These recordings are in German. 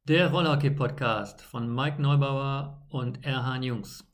Der Rollhockey-Podcast von Mike Neubauer und Erhan Jungs.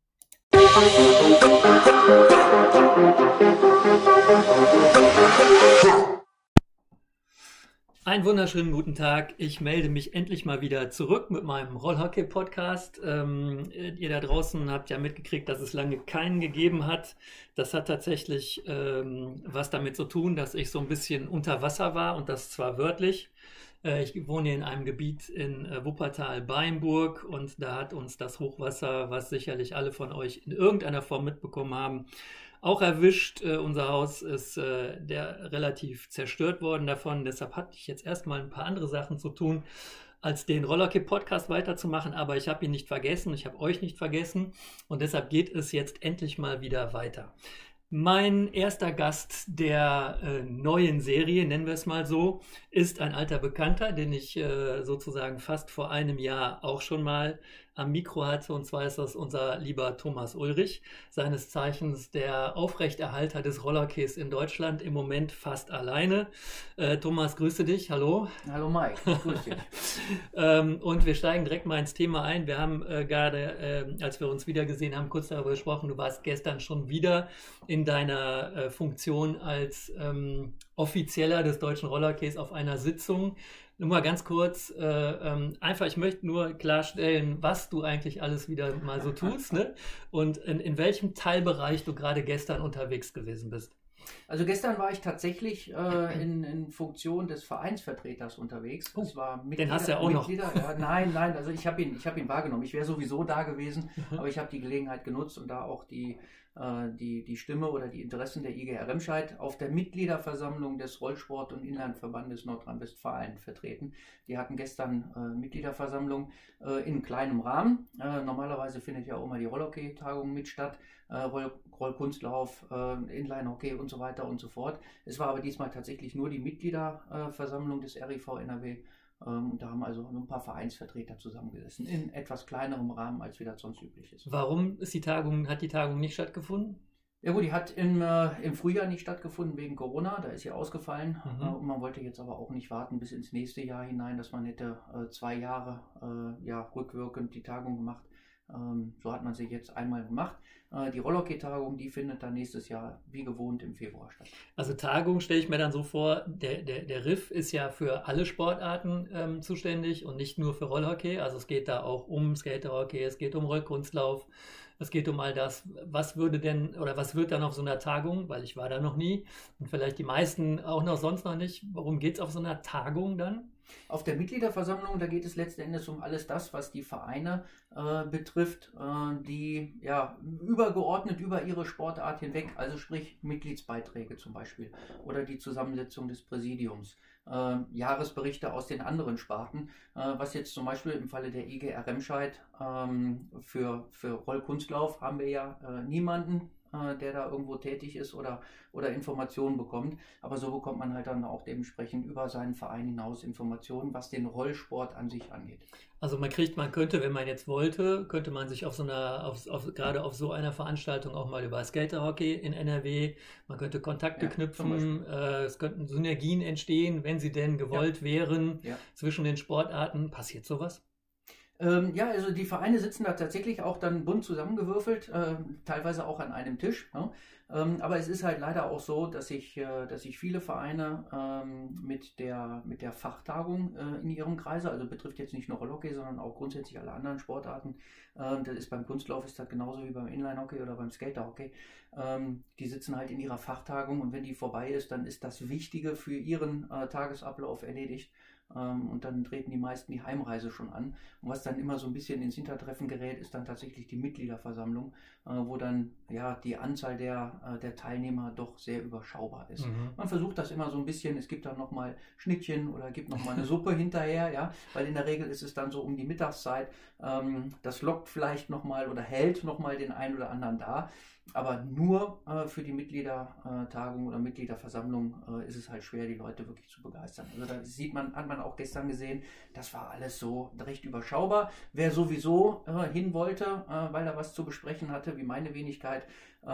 Einen wunderschönen guten Tag. Ich melde mich endlich mal wieder zurück mit meinem Rollhockey-Podcast. Ihr da draußen habt ja mitgekriegt, dass es lange keinen gegeben hat. Das hat tatsächlich was damit zu tun, dass ich so ein bisschen unter Wasser war und das zwar wörtlich. Ich wohne in einem Gebiet in Wuppertal-Beimburg und da hat uns das Hochwasser, was sicherlich alle von euch in irgendeiner Form mitbekommen haben, auch erwischt. Unser Haus ist relativ zerstört worden davon. Deshalb hatte ich jetzt erstmal ein paar andere Sachen zu tun, als den Rollerkick-Podcast weiterzumachen. Aber ich habe ihn nicht vergessen, ich habe euch nicht vergessen und deshalb geht es jetzt endlich mal wieder weiter. Mein erster Gast der neuen Serie, nennen wir es mal so, ist ein alter Bekannter, den ich sozusagen fast vor einem Jahr auch schon mal am Mikro hatte. Und zwar ist das unser lieber Thomas Ulrich, seines Zeichens der Aufrechterhalter des Rollerkees in Deutschland, im Moment fast alleine. Thomas, grüße dich, hallo. Hallo Mike, grüß dich. Und wir steigen direkt mal ins Thema ein. Wir haben gerade, als wir uns wiedergesehen haben, kurz darüber gesprochen, du warst gestern schon wieder in deiner Funktion als Offizieller des Deutschen Rollerkees auf einer Sitzung. Nur mal ganz kurz, ich möchte nur klarstellen, was du eigentlich alles wieder mal so tust, ne? Und in welchem Teilbereich du gerade gestern unterwegs gewesen bist. Also gestern war ich tatsächlich in Funktion des Vereinsvertreters unterwegs. Das war den hast du ja auch Mitglieder. Noch. Ja, nein, also ich hab ihn wahrgenommen. Ich wäre sowieso da gewesen, aber ich habe die Gelegenheit genutzt und da auch die Stimme oder die Interessen der IG Remscheid auf der Mitgliederversammlung des Rollsport- und Inlandverbandes Nordrhein-Westfalen vertreten. Die hatten gestern Mitgliederversammlung in kleinem Rahmen. Normalerweise findet ja auch mal die Rollhockey-Tagung mit statt. Rollkunstlauf, Inline-Hockey und so weiter und so fort. Es war aber diesmal tatsächlich nur die Mitgliederversammlung des RIV NRW. Und da haben also nur ein paar Vereinsvertreter zusammengesessen, in etwas kleinerem Rahmen, als wie das sonst üblich ist. Warum hat die Tagung nicht stattgefunden? Ja gut, die hat im Frühjahr nicht stattgefunden wegen Corona, da ist sie ausgefallen. Und man wollte jetzt aber auch nicht warten bis ins nächste Jahr hinein, dass man hätte 2 Jahre rückwirkend die Tagung gemacht. So hat man sie jetzt einmal gemacht. Die Rollhockey-Tagung, die findet dann nächstes Jahr wie gewohnt im Februar statt. Also Tagung stelle ich mir dann so vor, der RIF ist ja für alle Sportarten zuständig und nicht nur für Rollhockey. Also es geht da auch um Skaterhockey, es geht um Rollkunstlauf, es geht um all das. Was wird dann auf so einer Tagung, weil ich war da noch nie und vielleicht die meisten auch noch sonst noch nicht, worum geht es auf so einer Tagung dann? Auf der Mitgliederversammlung, da geht es letzten Endes um alles das, was die Vereine betrifft, die ja übergeordnet über ihre Sportart hinweg, also sprich Mitgliedsbeiträge zum Beispiel oder die Zusammensetzung des Präsidiums, Jahresberichte aus den anderen Sparten, was jetzt zum Beispiel im Falle der IG Remscheid für Rollkunstlauf haben wir ja niemanden, der da irgendwo tätig ist oder Informationen bekommt. Aber so bekommt man halt dann auch dementsprechend über seinen Verein hinaus Informationen, was den Rollsport an sich angeht. Also man könnte, wenn man jetzt wollte, könnte man sich gerade auf so einer Veranstaltung auch mal über Skaterhockey in NRW, man könnte Kontakte knüpfen, es könnten Synergien entstehen, wenn sie denn gewollt wären zwischen den Sportarten. Passiert sowas? Also die Vereine sitzen da tatsächlich auch dann bunt zusammengewürfelt, teilweise auch an einem Tisch. Ne? Aber es ist halt leider auch so, dass sich viele Vereine mit der Fachtagung in ihrem Kreise, also betrifft jetzt nicht nur Rollhockey, sondern auch grundsätzlich alle anderen Sportarten. Das ist beim Kunstlauf ist das genauso wie beim Inline-Hockey oder beim Skaterhockey. Die sitzen halt in ihrer Fachtagung und wenn die vorbei ist, dann ist das Wichtige für ihren Tagesablauf erledigt. Und dann treten die meisten die Heimreise schon an. Und was dann immer so ein bisschen ins Hintertreffen gerät, ist dann tatsächlich die Mitgliederversammlung, wo dann die Anzahl der Teilnehmer doch sehr überschaubar ist. Man versucht das immer so ein bisschen, es gibt dann nochmal Schnittchen oder gibt nochmal eine Suppe hinterher, ja, weil in der Regel ist es dann so um die Mittagszeit. Das lockt vielleicht nochmal oder hält nochmal den einen oder anderen da. Aber nur für die Mitgliedertagung oder Mitgliederversammlung ist es halt schwer, die Leute wirklich zu begeistern. Also da hat man auch gestern gesehen, das war alles so recht überschaubar. aber wer sowieso hin wollte, weil er was zu besprechen hatte, wie meine Wenigkeit,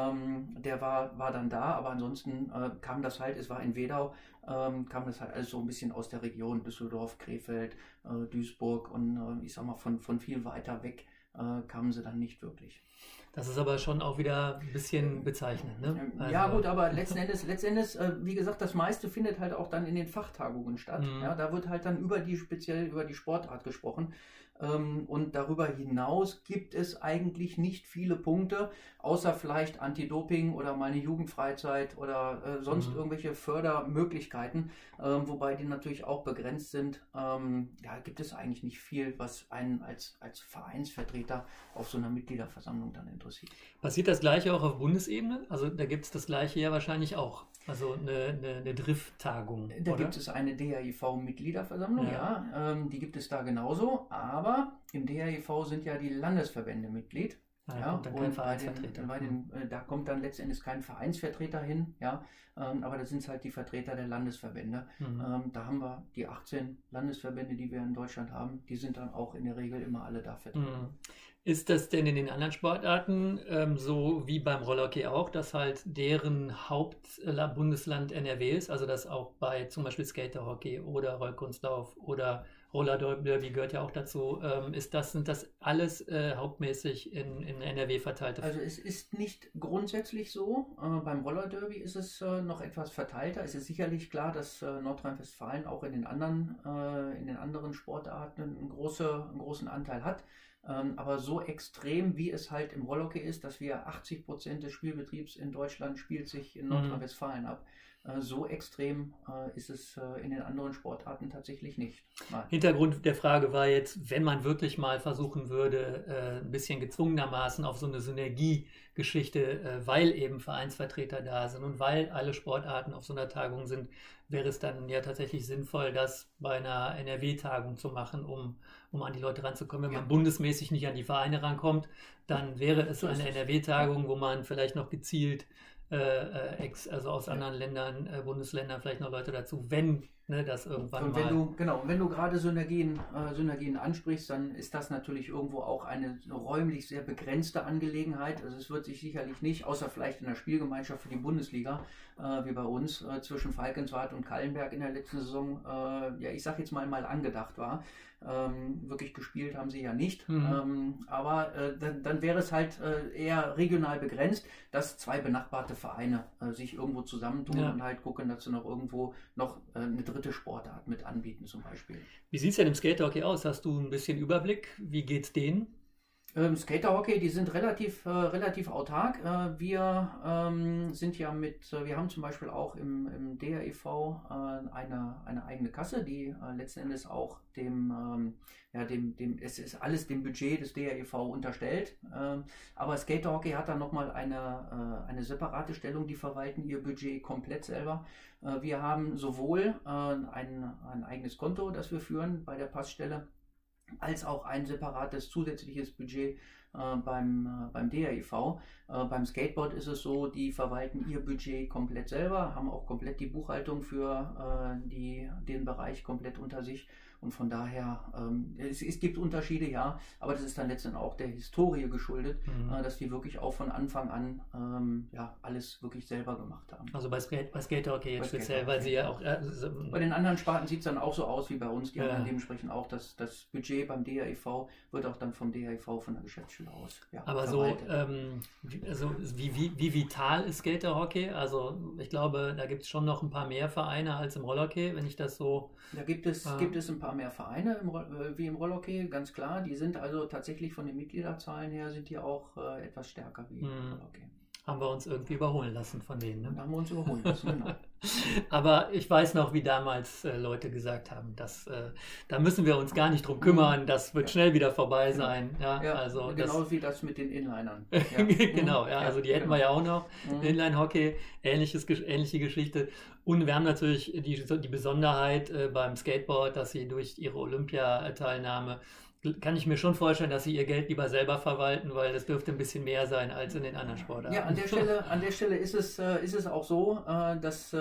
der war dann da, aber ansonsten kam das halt, es war in Wedau, kam das halt alles so ein bisschen aus der Region, Düsseldorf, Krefeld, Duisburg und ich sag mal von viel weiter weg kamen sie dann nicht wirklich. Das ist aber schon auch wieder ein bisschen bezeichnend, ne? Also, ja gut, aber letzten Endes, wie gesagt, das meiste findet halt auch dann in den Fachtagungen statt. Ja, da wird halt dann speziell über die Sportart gesprochen. Und darüber hinaus gibt es eigentlich nicht viele Punkte, außer vielleicht Anti-Doping oder mal eine Jugendfreizeit oder sonst irgendwelche Fördermöglichkeiten, wobei die natürlich auch begrenzt sind. Ja, gibt es eigentlich nicht viel, was einen als Vereinsvertreter auf so einer Mitgliederversammlung dann interessiert. Passiert das Gleiche auch auf Bundesebene? Also da gibt es das Gleiche ja wahrscheinlich auch. Also eine DRIF-Tagung. Da gibt es eine DAIV-Mitgliederversammlung, ja. Die gibt es da genauso, aber im DAIV sind ja die Landesverbände Mitglied. Ja, und dann kein Vereinsvertreter. Da kommt dann letztendlich kein Vereinsvertreter hin, ja, aber das sind halt die Vertreter der Landesverbände. Da haben wir die 18 Landesverbände, die wir in Deutschland haben, die sind dann auch in der Regel immer alle da vertreten. Ist das denn in den anderen Sportarten so wie beim Rollhockey auch, dass halt deren Hauptbundesland NRW ist, also dass auch bei zum Beispiel Skaterhockey oder Rollkunstlauf oder Roller Derby gehört ja auch dazu. Sind das alles hauptmäßig in NRW verteilte? Also es ist nicht grundsätzlich so. Beim Roller Derby ist es noch etwas verteilter. Es ist sicherlich klar, dass Nordrhein-Westfalen auch in den anderen Sportarten einen großen Anteil hat. Aber so extrem, wie es halt im Rollhockey ist, dass wir 80% des Spielbetriebs in Deutschland spielt sich in Nordrhein-Westfalen ab. So extrem ist es in den anderen Sportarten tatsächlich nicht. Nein. Hintergrund der Frage war jetzt, wenn man wirklich mal versuchen würde, ein bisschen gezwungenermaßen auf so eine Synergiegeschichte, weil eben Vereinsvertreter da sind und weil alle Sportarten auf so einer Tagung sind, wäre es dann ja tatsächlich sinnvoll, das bei einer NRW-Tagung zu machen, um an die Leute ranzukommen. Wenn man bundesmäßig nicht an die Vereine rankommt, dann wäre es eine NRW-Tagung, wo man vielleicht noch gezielt also aus anderen Ländern, Bundesländern vielleicht noch Leute dazu, wenn das irgendwann und wenn du gerade Synergien ansprichst, dann ist das natürlich irgendwo auch eine räumlich sehr begrenzte Angelegenheit. Also es wird sich sicherlich nicht, außer vielleicht in der Spielgemeinschaft für die Bundesliga, wie bei uns, zwischen Falkenswart und Kallenberg in der letzten Saison, ich sag jetzt mal angedacht war. Wirklich gespielt haben sie ja nicht. Aber dann wäre es halt eher regional begrenzt, dass zwei benachbarte Vereine sich irgendwo zusammentun und halt gucken, dass sie noch irgendwo eine dritte Sportart mit anbieten zum Beispiel. Wie sieht es denn im Skaterhockey aus? Hast du ein bisschen Überblick? Wie geht's denen? Skaterhockey, die sind relativ autark. Wir haben zum Beispiel auch im DREV eine eigene Kasse, die letzten Endes auch es ist alles dem Budget des DREV unterstellt. Aber Skaterhockey hat dann nochmal eine separate Stellung, die verwalten ihr Budget komplett selber. Wir haben sowohl ein eigenes Konto, das wir führen bei der Passstelle, als auch ein separates zusätzliches Budget beim DREV. Beim Skateboard ist es so, die verwalten ihr Budget komplett selber, haben auch komplett die Buchhaltung für den Bereich komplett unter sich. Und von daher, es gibt Unterschiede, ja, aber das ist dann letztendlich auch der Historie geschuldet, dass die wirklich auch von Anfang an alles wirklich selber gemacht haben. Also bei Skaterhockey jetzt speziell, weil sie ja auch... bei den anderen Sparten sieht es dann auch so aus wie bei uns. Die haben dann dementsprechend auch das Budget beim DREV wird auch dann vom DREV von der Geschäftsstelle aus aber verwaltet. Wie vital ist Skaterhockey? Also ich glaube, da gibt es schon noch ein paar mehr Vereine als im Rollhockey, wenn ich das so... Da gibt es ein paar mehr Vereine wie im Rollhockey, ganz klar. Die sind also tatsächlich von den Mitgliederzahlen her sind die auch etwas stärker wie im Rollhockey. Haben wir uns irgendwie überholen lassen von denen. Ne? Da haben wir uns überholen lassen, genau. Aber ich weiß noch, wie damals Leute gesagt haben, dass da müssen wir uns gar nicht drum kümmern, das wird schnell wieder vorbei sein. Ja, also genau wie das mit den Inlinern. Genau, also die hätten wir ja auch noch. Inline-Hockey, ähnliche Geschichte. Und wir haben natürlich die Besonderheit beim Skateboard, dass sie durch ihre Olympiateilnahme kann ich mir schon vorstellen, dass sie ihr Geld lieber selber verwalten, weil das dürfte ein bisschen mehr sein als in den anderen Sportarten. Ja, an der Stelle ist es auch so, dass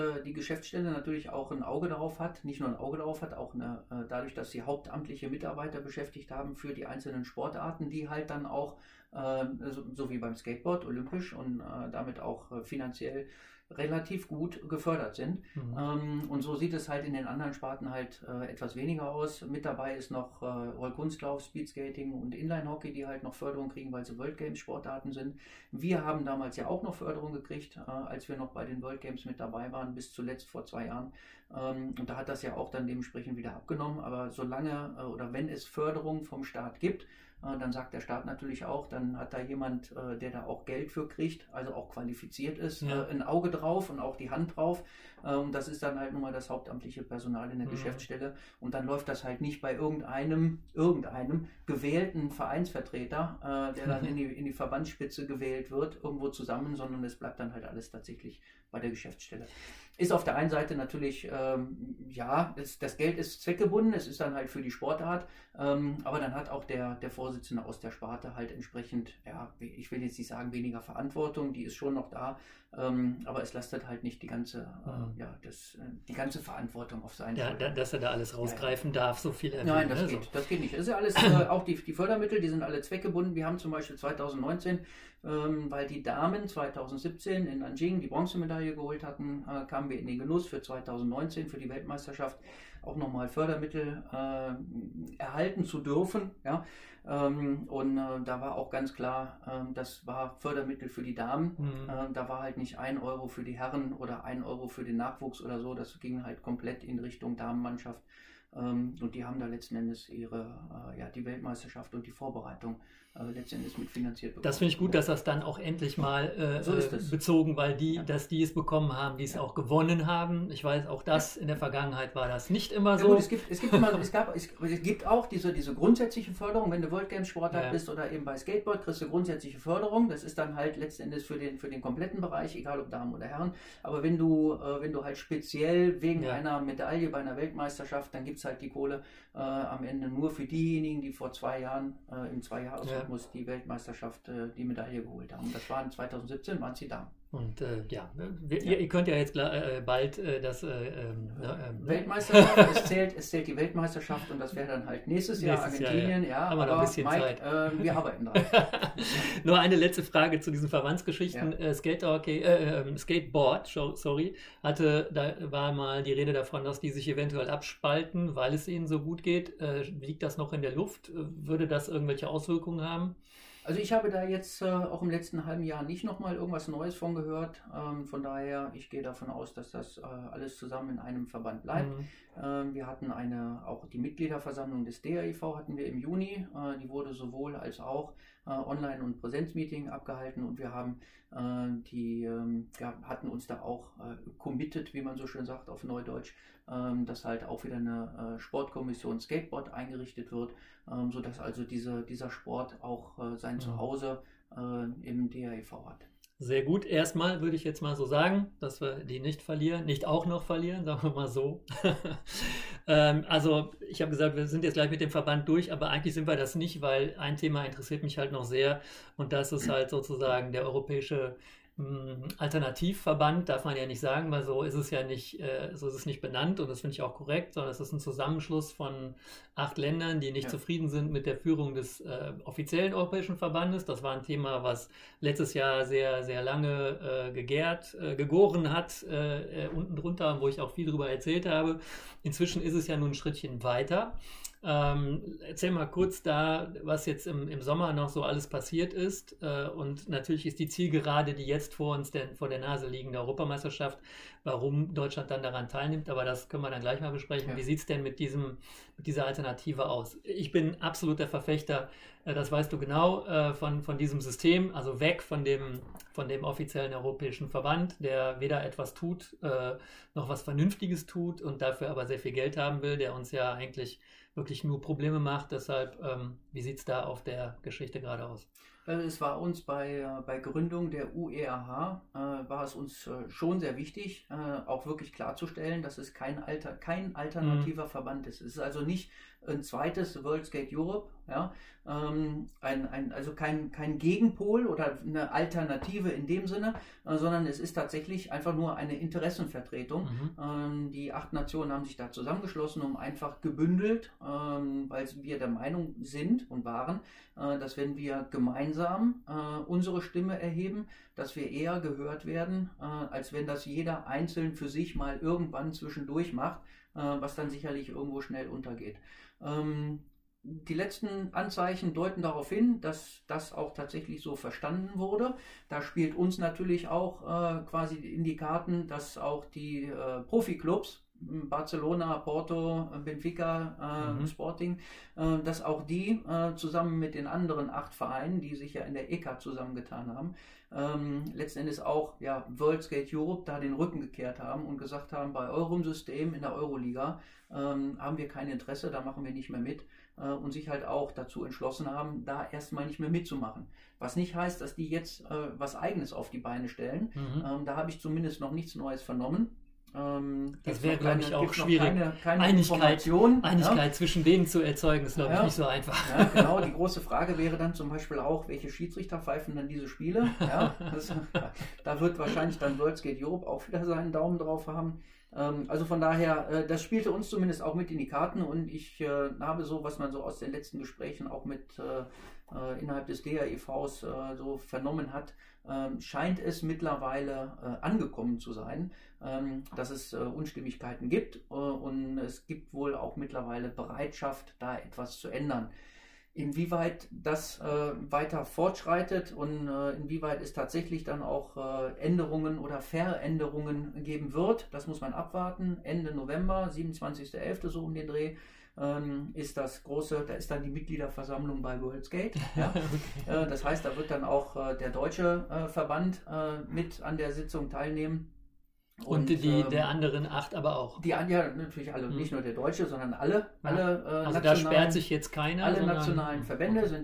die Geschäftsstelle natürlich auch ein Auge darauf hat, nicht nur ein Auge darauf hat, auch dadurch, dass sie hauptamtliche Mitarbeiter beschäftigt haben für die einzelnen Sportarten, die halt dann auch, so wie beim Skateboard, olympisch und damit auch finanziell relativ gut gefördert sind. Und so sieht es halt in den anderen Sparten halt etwas weniger aus. Mit dabei ist noch Rollkunstlauf, Speedskating und Inline-Hockey, die halt noch Förderung kriegen, weil sie World Games Sportarten sind. Wir haben damals ja auch noch Förderung gekriegt, als wir noch bei den World Games mit dabei waren, bis zuletzt vor 2 Jahren. Und da hat das ja auch dann dementsprechend wieder abgenommen. Aber solange oder wenn es Förderung vom Staat gibt, dann sagt der Staat natürlich auch, dann hat da jemand, der da auch Geld für kriegt, also auch qualifiziert ist, ein Auge drauf und auch die Hand drauf. Das ist dann halt nun mal das hauptamtliche Personal in der Geschäftsstelle. Und dann läuft das halt nicht bei irgendeinem gewählten Vereinsvertreter, der dann in die Verbandsspitze gewählt wird, irgendwo zusammen, sondern es bleibt dann halt alles tatsächlich bei der Geschäftsstelle. Ist auf der einen Seite natürlich, das Geld ist zweckgebunden, es ist dann halt für die Sportart, aber dann hat auch der Vorsitzende aus der Sparte halt entsprechend, ich will jetzt nicht sagen weniger Verantwortung, die ist schon noch da, aber es lastet halt nicht die ganze Verantwortung auf seinen Schultern. Dass er da alles rausgreifen darf, so viel er will. Nein, das geht nicht. Das ist ja alles, auch die Fördermittel, die sind alle zweckgebunden. Wir haben zum Beispiel 2019, weil die Damen 2017 in Nanjing die Bronzemedaille geholt hatten, kamen wir in den Genuss für 2019, für die Weltmeisterschaft, auch nochmal Fördermittel erhalten zu dürfen. Ja? Da war auch ganz klar, das war Fördermittel für die Damen. Da war halt nicht 1 Euro für die Herren oder 1 Euro für den Nachwuchs oder so. Das ging halt komplett in Richtung Damenmannschaft. Und die haben da letzten Endes die Weltmeisterschaft und die Vorbereitung letzten Endes mitfinanziert bekommen. Das finde ich gut, dass das dann auch endlich mal bezogen, weil dass die es bekommen haben, die es auch gewonnen haben. Ich weiß, auch das in der Vergangenheit war das nicht immer so. Gut, es gibt auch diese grundsätzliche Förderung, wenn du World Games Sportler bist oder eben bei Skateboard, kriegst du grundsätzliche Förderung. Das ist dann halt letzten Endes für den kompletten Bereich, egal ob Damen oder Herren. Aber wenn du halt speziell wegen einer Medaille bei einer Weltmeisterschaft, dann gibt es halt die Kohle am Ende nur für diejenigen, die vor 2 Jahren im 2-Jahres-Rhythmus die Weltmeisterschaft, die Medaille geholt haben. Das waren 2017, waren es die Damen. Und ihr könnt ja jetzt bald das Weltmeisterschaft, es zählt die Weltmeisterschaft und das wäre dann halt nächstes Jahr Argentinien, aber noch ein bisschen Mike, Zeit. Wir arbeiten dran. Nur eine letzte Frage zu diesen Verbandsgeschichten. Skateboard, da war mal die Rede davon, dass die sich eventuell abspalten, weil es ihnen so gut geht. Liegt das noch in der Luft? Würde das irgendwelche Auswirkungen haben? Also ich habe da jetzt auch im letzten halben Jahr nicht nochmal irgendwas Neues von gehört. Von daher, ich gehe davon aus, dass das alles zusammen in einem Verband bleibt. Wir hatten auch die Mitgliederversammlung des DAIV hatten wir im Juni. Die wurde sowohl als auch Online- und Präsenzmeeting abgehalten und wir haben hatten uns da auch committed, wie man so schön sagt auf Neudeutsch, dass halt auch wieder eine Sportkommission Skateboard eingerichtet wird, sodass also dieser Sport auch sein Zuhause im DAIV hat. Sehr gut. Erstmal würde ich jetzt mal so sagen, dass wir die nicht auch noch verlieren, sagen wir mal so. Also ich habe gesagt, wir sind jetzt gleich mit dem Verband durch, aber eigentlich sind wir das nicht, weil ein Thema interessiert mich halt noch sehr und das ist halt sozusagen der europäische Alternativverband, darf man ja nicht sagen, weil so ist es ja nicht, so ist es nicht benannt und das finde ich auch korrekt, sondern es ist ein Zusammenschluss von 8 Ländern, die nicht zufrieden sind mit der Führung des offiziellen Europäischen Verbandes. Das war ein Thema, was letztes Jahr sehr, sehr lange gegoren hat, unten drunter, wo ich auch viel darüber erzählt habe. Inzwischen ist es ja nun ein Schrittchen weiter. Erzähl mal kurz was jetzt im Sommer noch so alles passiert ist und natürlich ist die Zielgerade, die jetzt vor der Nase liegende Europameisterschaft, warum Deutschland dann daran teilnimmt, aber das können wir dann gleich mal besprechen. Ja. Wie sieht es denn mit dieser Alternative aus? Ich bin absoluter Verfechter, das weißt du genau, von diesem System, also weg von dem offiziellen europäischen Verband, der weder etwas tut, noch was Vernünftiges tut und dafür aber sehr viel Geld haben will, der uns ja eigentlich wirklich nur Probleme macht. Deshalb, wie sieht es da auf der Geschichte gerade aus? Es war uns bei Gründung der UEAH, war es uns schon sehr wichtig, auch wirklich klarzustellen, dass es kein alternativer Verband ist. Es ist also nicht ein zweites World Skate Europe, ja, also kein Gegenpol oder eine Alternative in dem Sinne, sondern es ist tatsächlich einfach nur eine Interessenvertretung. Die 8 Nationen haben sich da zusammengeschlossen, um einfach gebündelt, weil wir der Meinung sind und waren, dass wenn wir gemeinsam unsere Stimme erheben, dass wir eher gehört werden, als wenn das jeder einzeln für sich mal irgendwann zwischendurch macht, was dann sicherlich irgendwo schnell untergeht. Die letzten Anzeichen deuten darauf hin, dass das auch tatsächlich so verstanden wurde. Da spielt uns natürlich auch quasi in die Karten, dass auch die Profiklubs, Barcelona, Porto, Benfica, Sporting, dass auch die zusammen mit den anderen 8 Vereinen, die sich ja in der ECA zusammengetan haben, letzten Endes auch World Skate Europe da den Rücken gekehrt haben und gesagt haben, bei eurem System in der Euroliga haben wir kein Interesse, da machen wir nicht mehr mit, und sich halt auch dazu entschlossen haben, da erstmal nicht mehr mitzumachen. Was nicht heißt, dass die jetzt was Eigenes auf die Beine stellen. Da habe ich zumindest noch nichts Neues vernommen. Das wäre, glaube ich, auch schwierig. Keine Einigkeit zwischen denen zu erzeugen, ist, glaube ich, nicht so einfach. Ja, genau. Die große Frage wäre dann zum Beispiel auch, welche Schiedsrichter pfeifen dann diese Spiele? Ja, da wird wahrscheinlich dann World Skate Europe auch wieder seinen Daumen drauf haben. Also von daher, das spielte uns zumindest auch mit in die Karten, und ich habe so, was man so aus den letzten Gesprächen auch mit innerhalb des DAEVs so vernommen hat, scheint es mittlerweile angekommen zu sein, dass es Unstimmigkeiten gibt, und es gibt wohl auch mittlerweile Bereitschaft, da etwas zu ändern. Inwieweit das weiter fortschreitet und inwieweit es tatsächlich dann auch Änderungen oder Veränderungen geben wird, das muss man abwarten. Ende November, 27.11. so um den Dreh, ist das große, da ist dann die Mitgliederversammlung bei World Skate. Ja? Das heißt, da wird dann auch der deutsche Verband mit an der Sitzung teilnehmen. Und der anderen 8 aber auch. Ja, natürlich alle, nicht nur der Deutsche, sondern alle. Also da sperrt sich jetzt keiner. Alle nationalen Verbände sind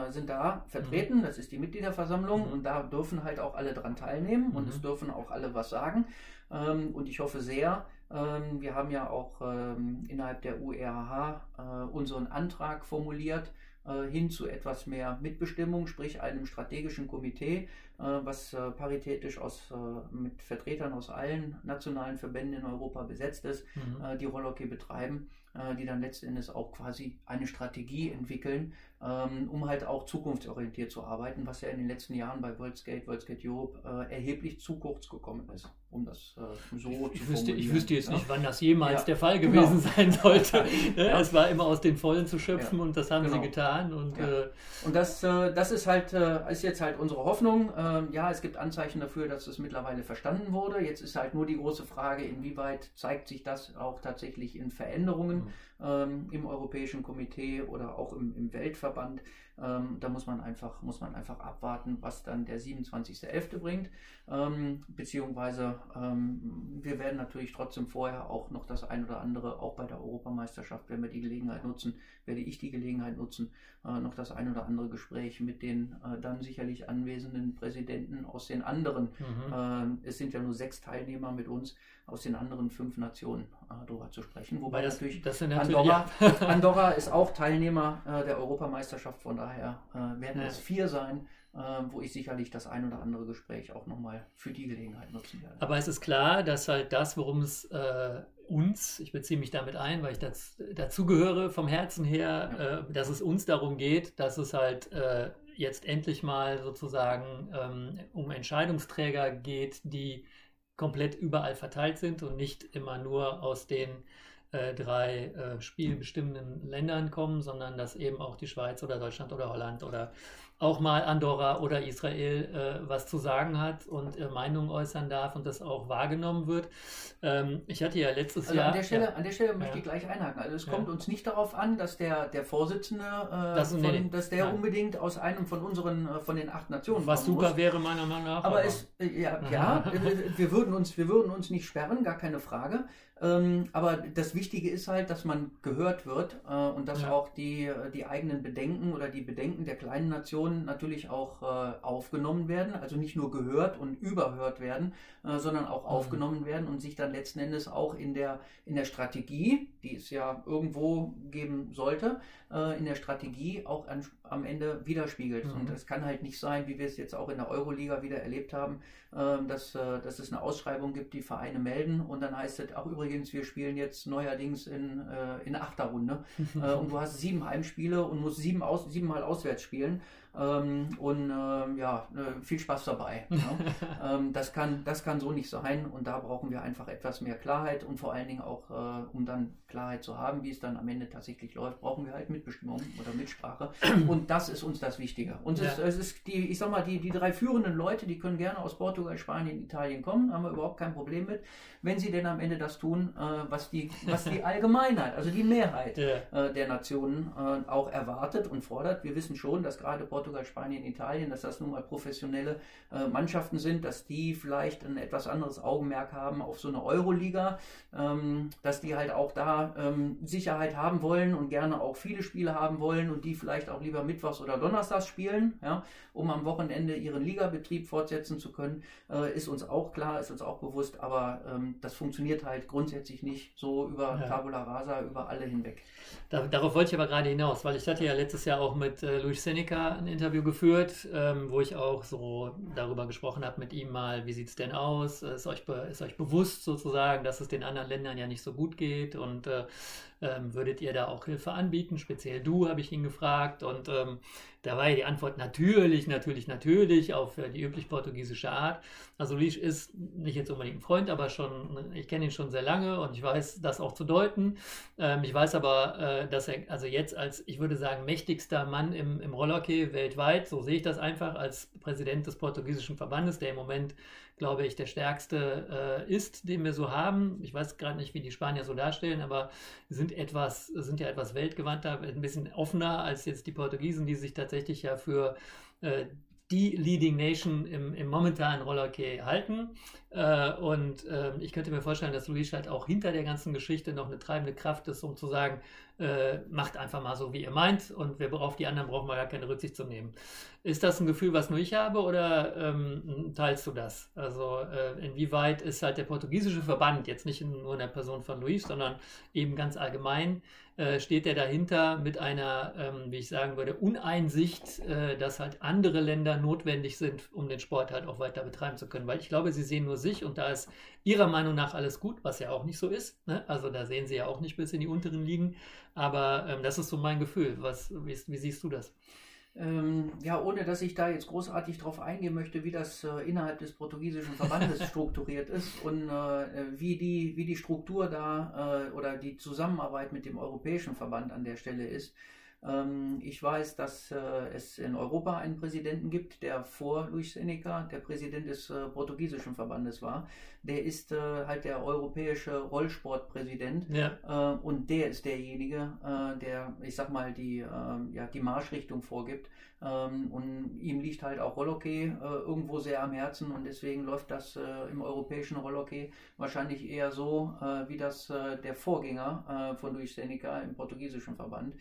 da vertreten, das ist die Mitgliederversammlung, und da dürfen halt auch alle dran teilnehmen, und es dürfen auch alle was sagen. Und ich hoffe sehr, wir haben ja auch innerhalb der UEAH unseren Antrag formuliert, hin zu etwas mehr Mitbestimmung, sprich einem strategischen Komitee, was paritätisch mit Vertretern aus allen nationalen Verbänden in Europa besetzt ist, die Rollhockey betreiben, die dann letztendlich auch quasi eine Strategie entwickeln, um halt auch zukunftsorientiert zu arbeiten, was ja in den letzten Jahren bei World Skate Europe erheblich zu kurz gekommen ist, um das so zu formulieren. Ich wüsste jetzt nicht, wann das jemals der Fall gewesen sein sollte. Es war immer aus den Vollen zu schöpfen, und das haben sie getan. Und das ist jetzt halt unsere Hoffnung. Es gibt Anzeichen dafür, dass es mittlerweile verstanden wurde. Jetzt ist halt nur die große Frage, inwieweit zeigt sich das auch tatsächlich in Veränderungen im Europäischen Komitee oder auch im Weltverband. Da muss man einfach abwarten, was dann der 27.11. bringt. Beziehungsweise wir werden natürlich trotzdem vorher auch noch das ein oder andere, auch bei der Europameisterschaft, werde ich die Gelegenheit nutzen, noch das ein oder andere Gespräch mit den dann sicherlich anwesenden Präsidenten aus den anderen. Es sind ja nur 6 Teilnehmer mit uns aus den anderen 5 Nationen darüber zu sprechen. Wobei das sind Andorra ist auch Teilnehmer der Europameisterschaft, von daher werden es 4 sein, wo ich sicherlich das ein oder andere Gespräch auch nochmal für die Gelegenheit nutzen werde. Aber es ist klar, dass halt das, worum es uns, ich beziehe mich damit ein, weil ich dazugehöre vom Herzen her, dass es uns darum geht, dass es halt jetzt endlich mal sozusagen um Entscheidungsträger geht, die komplett überall verteilt sind und nicht immer nur aus den 3 spielbestimmenden Ländern kommen, sondern dass eben auch die Schweiz oder Deutschland oder Holland oder auch mal Andorra oder Israel was zu sagen hat und Meinungen äußern darf und das auch wahrgenommen wird. Ich hatte ja letztes Jahr... An der Stelle möchte ich gleich einhaken. Also es kommt uns nicht darauf an, dass der Vorsitzende, dass der unbedingt aus einem von den 8 Nationen was kommen super muss. Wäre meiner Meinung nach. Aber wir würden uns nicht sperren, gar keine Frage. Aber das Wichtige ist halt, dass man gehört wird und dass auch die eigenen Bedenken oder die Bedenken der kleinen Nationen natürlich auch aufgenommen werden. Also nicht nur gehört und überhört werden, sondern auch aufgenommen werden und sich dann letzten Endes auch in der Strategie, die es ja irgendwo geben sollte, in der Strategie auch am Ende widerspiegelt. Und es kann halt nicht sein, wie wir es jetzt auch in der Euroliga wieder erlebt haben, dass es eine Ausschreibung gibt, die Vereine melden und dann heißt es, auch übrigens, wir spielen jetzt neuerdings in Achterrunde und du hast 7 Heimspiele und musst 7 Mal auswärts spielen. Viel Spaß dabei. Ne? Das kann so nicht sein und da brauchen wir einfach etwas mehr Klarheit und vor allen Dingen auch, um dann Klarheit zu haben, wie es dann am Ende tatsächlich läuft, brauchen wir halt Mitbestimmung oder Mitsprache und das ist uns das Wichtige. Und es ist die 3 führenden Leute, die können gerne aus Portugal, Spanien, Italien kommen, haben wir überhaupt kein Problem mit, wenn sie denn am Ende das tun, was die Allgemeinheit, also die Mehrheit der Nationen auch erwartet und fordert. Wir wissen schon, dass gerade Portugal, Spanien, Italien, dass das nun mal professionelle Mannschaften sind, dass die vielleicht ein etwas anderes Augenmerk haben auf so eine Euroliga, dass die halt auch da Sicherheit haben wollen und gerne auch viele Spiele haben wollen und die vielleicht auch lieber mittwochs oder donnerstags spielen, ja, um am Wochenende ihren Ligabetrieb fortsetzen zu können, ist uns auch klar, ist uns auch bewusst, aber das funktioniert halt grundsätzlich nicht so über Tabula Rasa, über alle hinweg. Darauf wollte ich aber gerade hinaus, weil ich hatte ja letztes Jahr auch mit Luis Seneca ein Interview geführt, wo ich auch so darüber gesprochen habe mit ihm mal, wie sieht es denn aus? Ist euch bewusst sozusagen, dass es den anderen Ländern ja nicht so gut geht und würdet ihr da auch Hilfe anbieten? Speziell du, habe ich ihn gefragt und da war ja die Antwort natürlich auf die üblich portugiesische Art. Also Luis ist nicht jetzt unbedingt ein Freund, aber ich kenne ihn schon sehr lange und ich weiß das auch zu deuten. Ich weiß aber, dass er also jetzt als, ich würde sagen, mächtigster Mann im Rollhockey weltweit, so sehe ich das einfach, als Präsident des portugiesischen Verbandes, der im Moment, glaube ich, der stärkste ist, den wir so haben. Ich weiß gerade nicht, wie die Spanier so darstellen, aber sind ja etwas weltgewandter, ein bisschen offener als jetzt die Portugiesen, die sich tatsächlich ja für die Leading Nation im momentanen Rollhockey halten. Ich könnte mir vorstellen, dass Luis halt auch hinter der ganzen Geschichte noch eine treibende Kraft ist, um zu sagen, macht einfach mal so, wie ihr meint und auf die anderen brauchen wir gar keine Rücksicht zu nehmen. Ist das ein Gefühl, was nur ich habe oder teilst du das? Also inwieweit ist halt der portugiesische Verband, jetzt nicht nur in der Person von Luis, sondern eben ganz allgemein, steht er dahinter mit einer, wie ich sagen würde, Uneinsicht, dass halt andere Länder notwendig sind, um den Sport halt auch weiter betreiben zu können. Weil ich glaube, sie sehen nur sich und da ist ihrer Meinung nach alles gut, was ja auch nicht so ist. Ne? Also da sehen sie ja auch nicht bis in die unteren Ligen. Aber das ist so mein Gefühl. Wie siehst du das? Ohne dass ich da jetzt großartig drauf eingehen möchte, wie das innerhalb des portugiesischen Verbandes strukturiert ist und wie die Struktur da oder die Zusammenarbeit mit dem europäischen Verband an der Stelle ist. Ich weiß, dass es in Europa einen Präsidenten gibt, der vor Luis Seneca der Präsident des portugiesischen Verbandes war. Der ist halt der europäische Rollsportpräsident und der ist derjenige, der, ich sag mal, die Marschrichtung vorgibt. Und ihm liegt halt auch Rollhockey irgendwo sehr am Herzen und deswegen läuft das im europäischen Rollhockey wahrscheinlich eher so, wie das der Vorgänger von Luis Seneca im portugiesischen Verband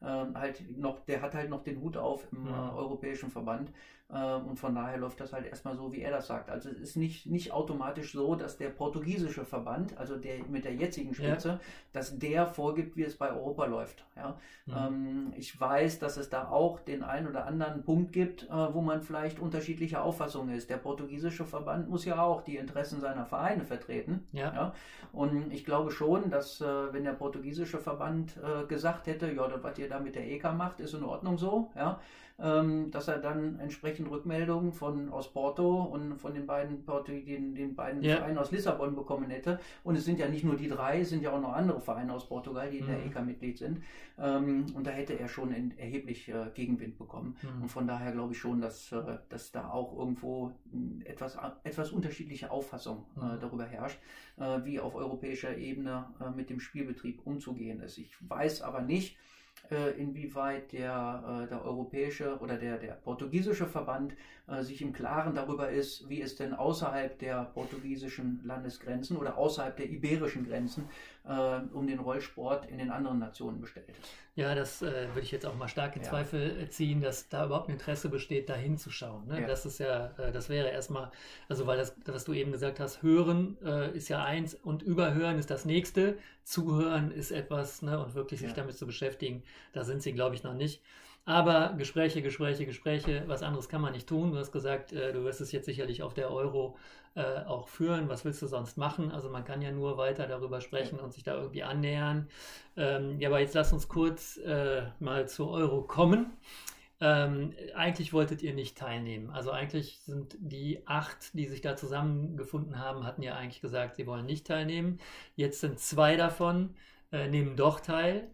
der hat halt noch den Hut auf im europäischen Verband und von daher läuft das halt erstmal so, wie er das sagt. Also es ist nicht automatisch so, dass der portugiesische Verband, also der mit der jetzigen Spitze, dass der vorgibt, wie es bei Europa läuft. Ja? Ich weiß, dass es da auch den einen oder anderen Punkt gibt, wo man vielleicht unterschiedlicher Auffassung ist. Der portugiesische Verband muss ja auch die Interessen seiner Vereine vertreten. Ja? Und ich glaube schon, dass wenn der portugiesische Verband gesagt hätte, ja, das, was ihr da mit der EK macht, ist in Ordnung so, ja, dass er dann entsprechend Rückmeldungen aus Porto und von den beiden Vereinen aus Lissabon bekommen hätte. Und es sind ja nicht nur die 3, es sind ja auch noch andere Vereine aus Portugal, die in der EK Mitglied sind. Und da hätte er schon erheblich Gegenwind bekommen. Und von daher glaube ich schon, dass da auch irgendwo etwas unterschiedliche Auffassung darüber herrscht, wie auf europäischer Ebene mit dem Spielbetrieb umzugehen ist. Ich weiß aber nicht, inwieweit der europäische oder der portugiesische Verband sich im Klaren darüber ist, wie es denn außerhalb der portugiesischen Landesgrenzen oder außerhalb der iberischen Grenzen um den Rollsport in den anderen Nationen bestellt ist. Ja, das würde ich jetzt auch mal stark in Zweifel ziehen, dass da überhaupt ein Interesse besteht, da hinzuschauen. Ne? Ja. Das ist ja, das wäre erstmal, also weil das, was du eben gesagt hast, hören ist ja eins und überhören ist das nächste. Zuhören ist etwas, ne, und wirklich sich damit zu beschäftigen, da sind sie, glaube ich, noch nicht. Aber Gespräche, was anderes kann man nicht tun. Du hast gesagt, du wirst es jetzt sicherlich auf der Euro auch führen. Was willst du sonst machen? Also man kann ja nur weiter darüber sprechen und sich da irgendwie annähern. Ja, aber jetzt lass uns kurz mal zur Euro kommen. Eigentlich wolltet ihr nicht teilnehmen. Also eigentlich sind die 8, die sich da zusammengefunden haben, hatten ja eigentlich gesagt, sie wollen nicht teilnehmen. Jetzt sind 2 davon, nehmen doch teil.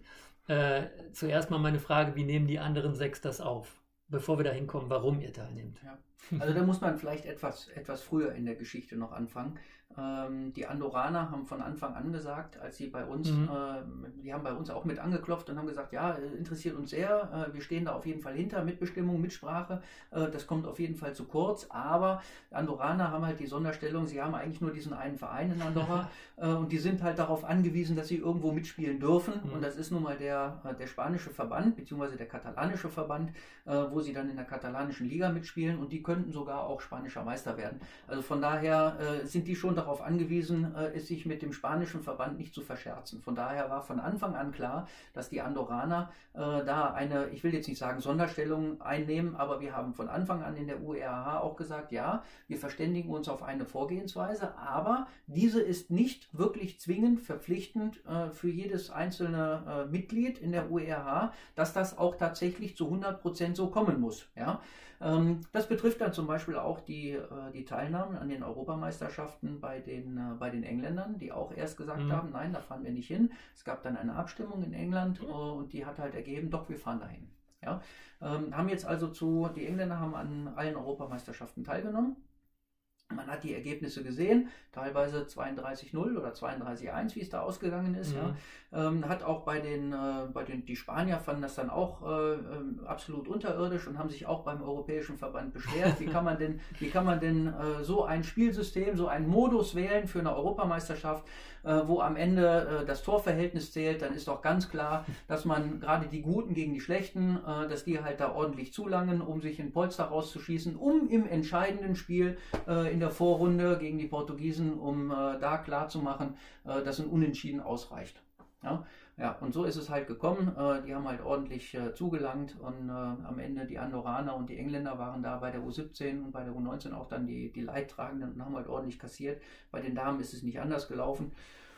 Zuerst mal meine Frage, wie nehmen die anderen 6 das auf, bevor wir da hinkommen, warum ihr teilnehmt? Ja. Also da muss man vielleicht etwas früher in der Geschichte noch anfangen. Die Andorraner haben von Anfang an gesagt, als sie bei uns, die haben bei uns auch mit angeklopft und haben gesagt, ja, interessiert uns sehr, wir stehen da auf jeden Fall hinter, Mitbestimmung, Mitsprache, das kommt auf jeden Fall zu kurz, aber Andorraner haben halt die Sonderstellung, sie haben eigentlich nur diesen einen Verein in Andorra und die sind halt darauf angewiesen, dass sie irgendwo mitspielen dürfen und das ist nun mal der spanische Verband, beziehungsweise der katalanische Verband, wo sie dann in der katalanischen Liga mitspielen und die könnten sogar auch spanischer Meister werden. Also von daher sind die schon darauf angewiesen, es sich mit dem spanischen Verband nicht zu verscherzen. Von daher war von Anfang an klar, dass die Andorraner da eine, ich will jetzt nicht sagen Sonderstellung einnehmen, aber wir haben von Anfang an in der UERH auch gesagt, ja, wir verständigen uns auf eine Vorgehensweise, aber diese ist nicht wirklich zwingend verpflichtend für jedes einzelne Mitglied in der UERH, dass das auch tatsächlich zu 100% so kommen muss. Ja? Das betrifft dann zum Beispiel auch die Teilnahme an den Europameisterschaften bei den Engländern, die auch erst gesagt haben, nein, da fahren wir nicht hin. Es gab dann eine Abstimmung in England und die hat halt ergeben, doch, wir fahren dahin. Ja? Haben jetzt also die Engländer haben an allen Europameisterschaften teilgenommen. Man hat die Ergebnisse gesehen, teilweise 32-0 oder 32-1, wie es da ausgegangen ist. Ja. Hat auch die Spanier fanden das dann auch absolut unterirdisch und haben sich auch beim Europäischen Verband beschwert. Wie kann man denn so ein Spielsystem, so einen Modus wählen für eine Europameisterschaft, wo am Ende das Torverhältnis zählt? Dann ist doch ganz klar, dass man gerade die Guten gegen die Schlechten, dass die halt da ordentlich zulangen, um sich in Polster rauszuschießen, um im entscheidenden Spiel in der Vorrunde gegen die Portugiesen, um da klarzumachen, dass ein Unentschieden ausreicht. Ja, und so ist es halt gekommen. Die haben halt ordentlich zugelangt und am Ende die Andorraner und die Engländer waren da bei der U17 und bei der U19 auch dann die Leidtragenden und haben halt ordentlich kassiert. Bei den Damen ist es nicht anders gelaufen.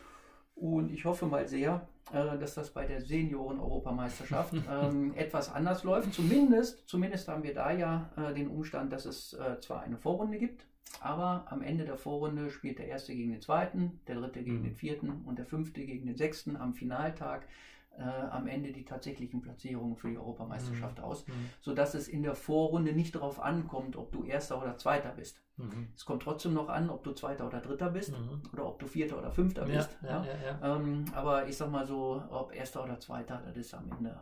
Und ich hoffe mal sehr, dass das bei der Senioren-Europameisterschaft etwas anders läuft. Zumindest haben wir da ja den Umstand, dass es zwar eine Vorrunde gibt, aber am Ende der Vorrunde spielt der Erste gegen den Zweiten, der Dritte gegen den Vierten und der Fünfte gegen den Sechsten am Finaltag am Ende die tatsächlichen Platzierungen für die Europameisterschaft aus, sodass es in der Vorrunde nicht darauf ankommt, ob du Erster oder Zweiter bist. Es kommt trotzdem noch an, ob du Zweiter oder Dritter bist oder ob du Vierter oder Fünfter bist. Ja. Aber ich sag mal so, ob Erster oder Zweiter, das ist am Ende.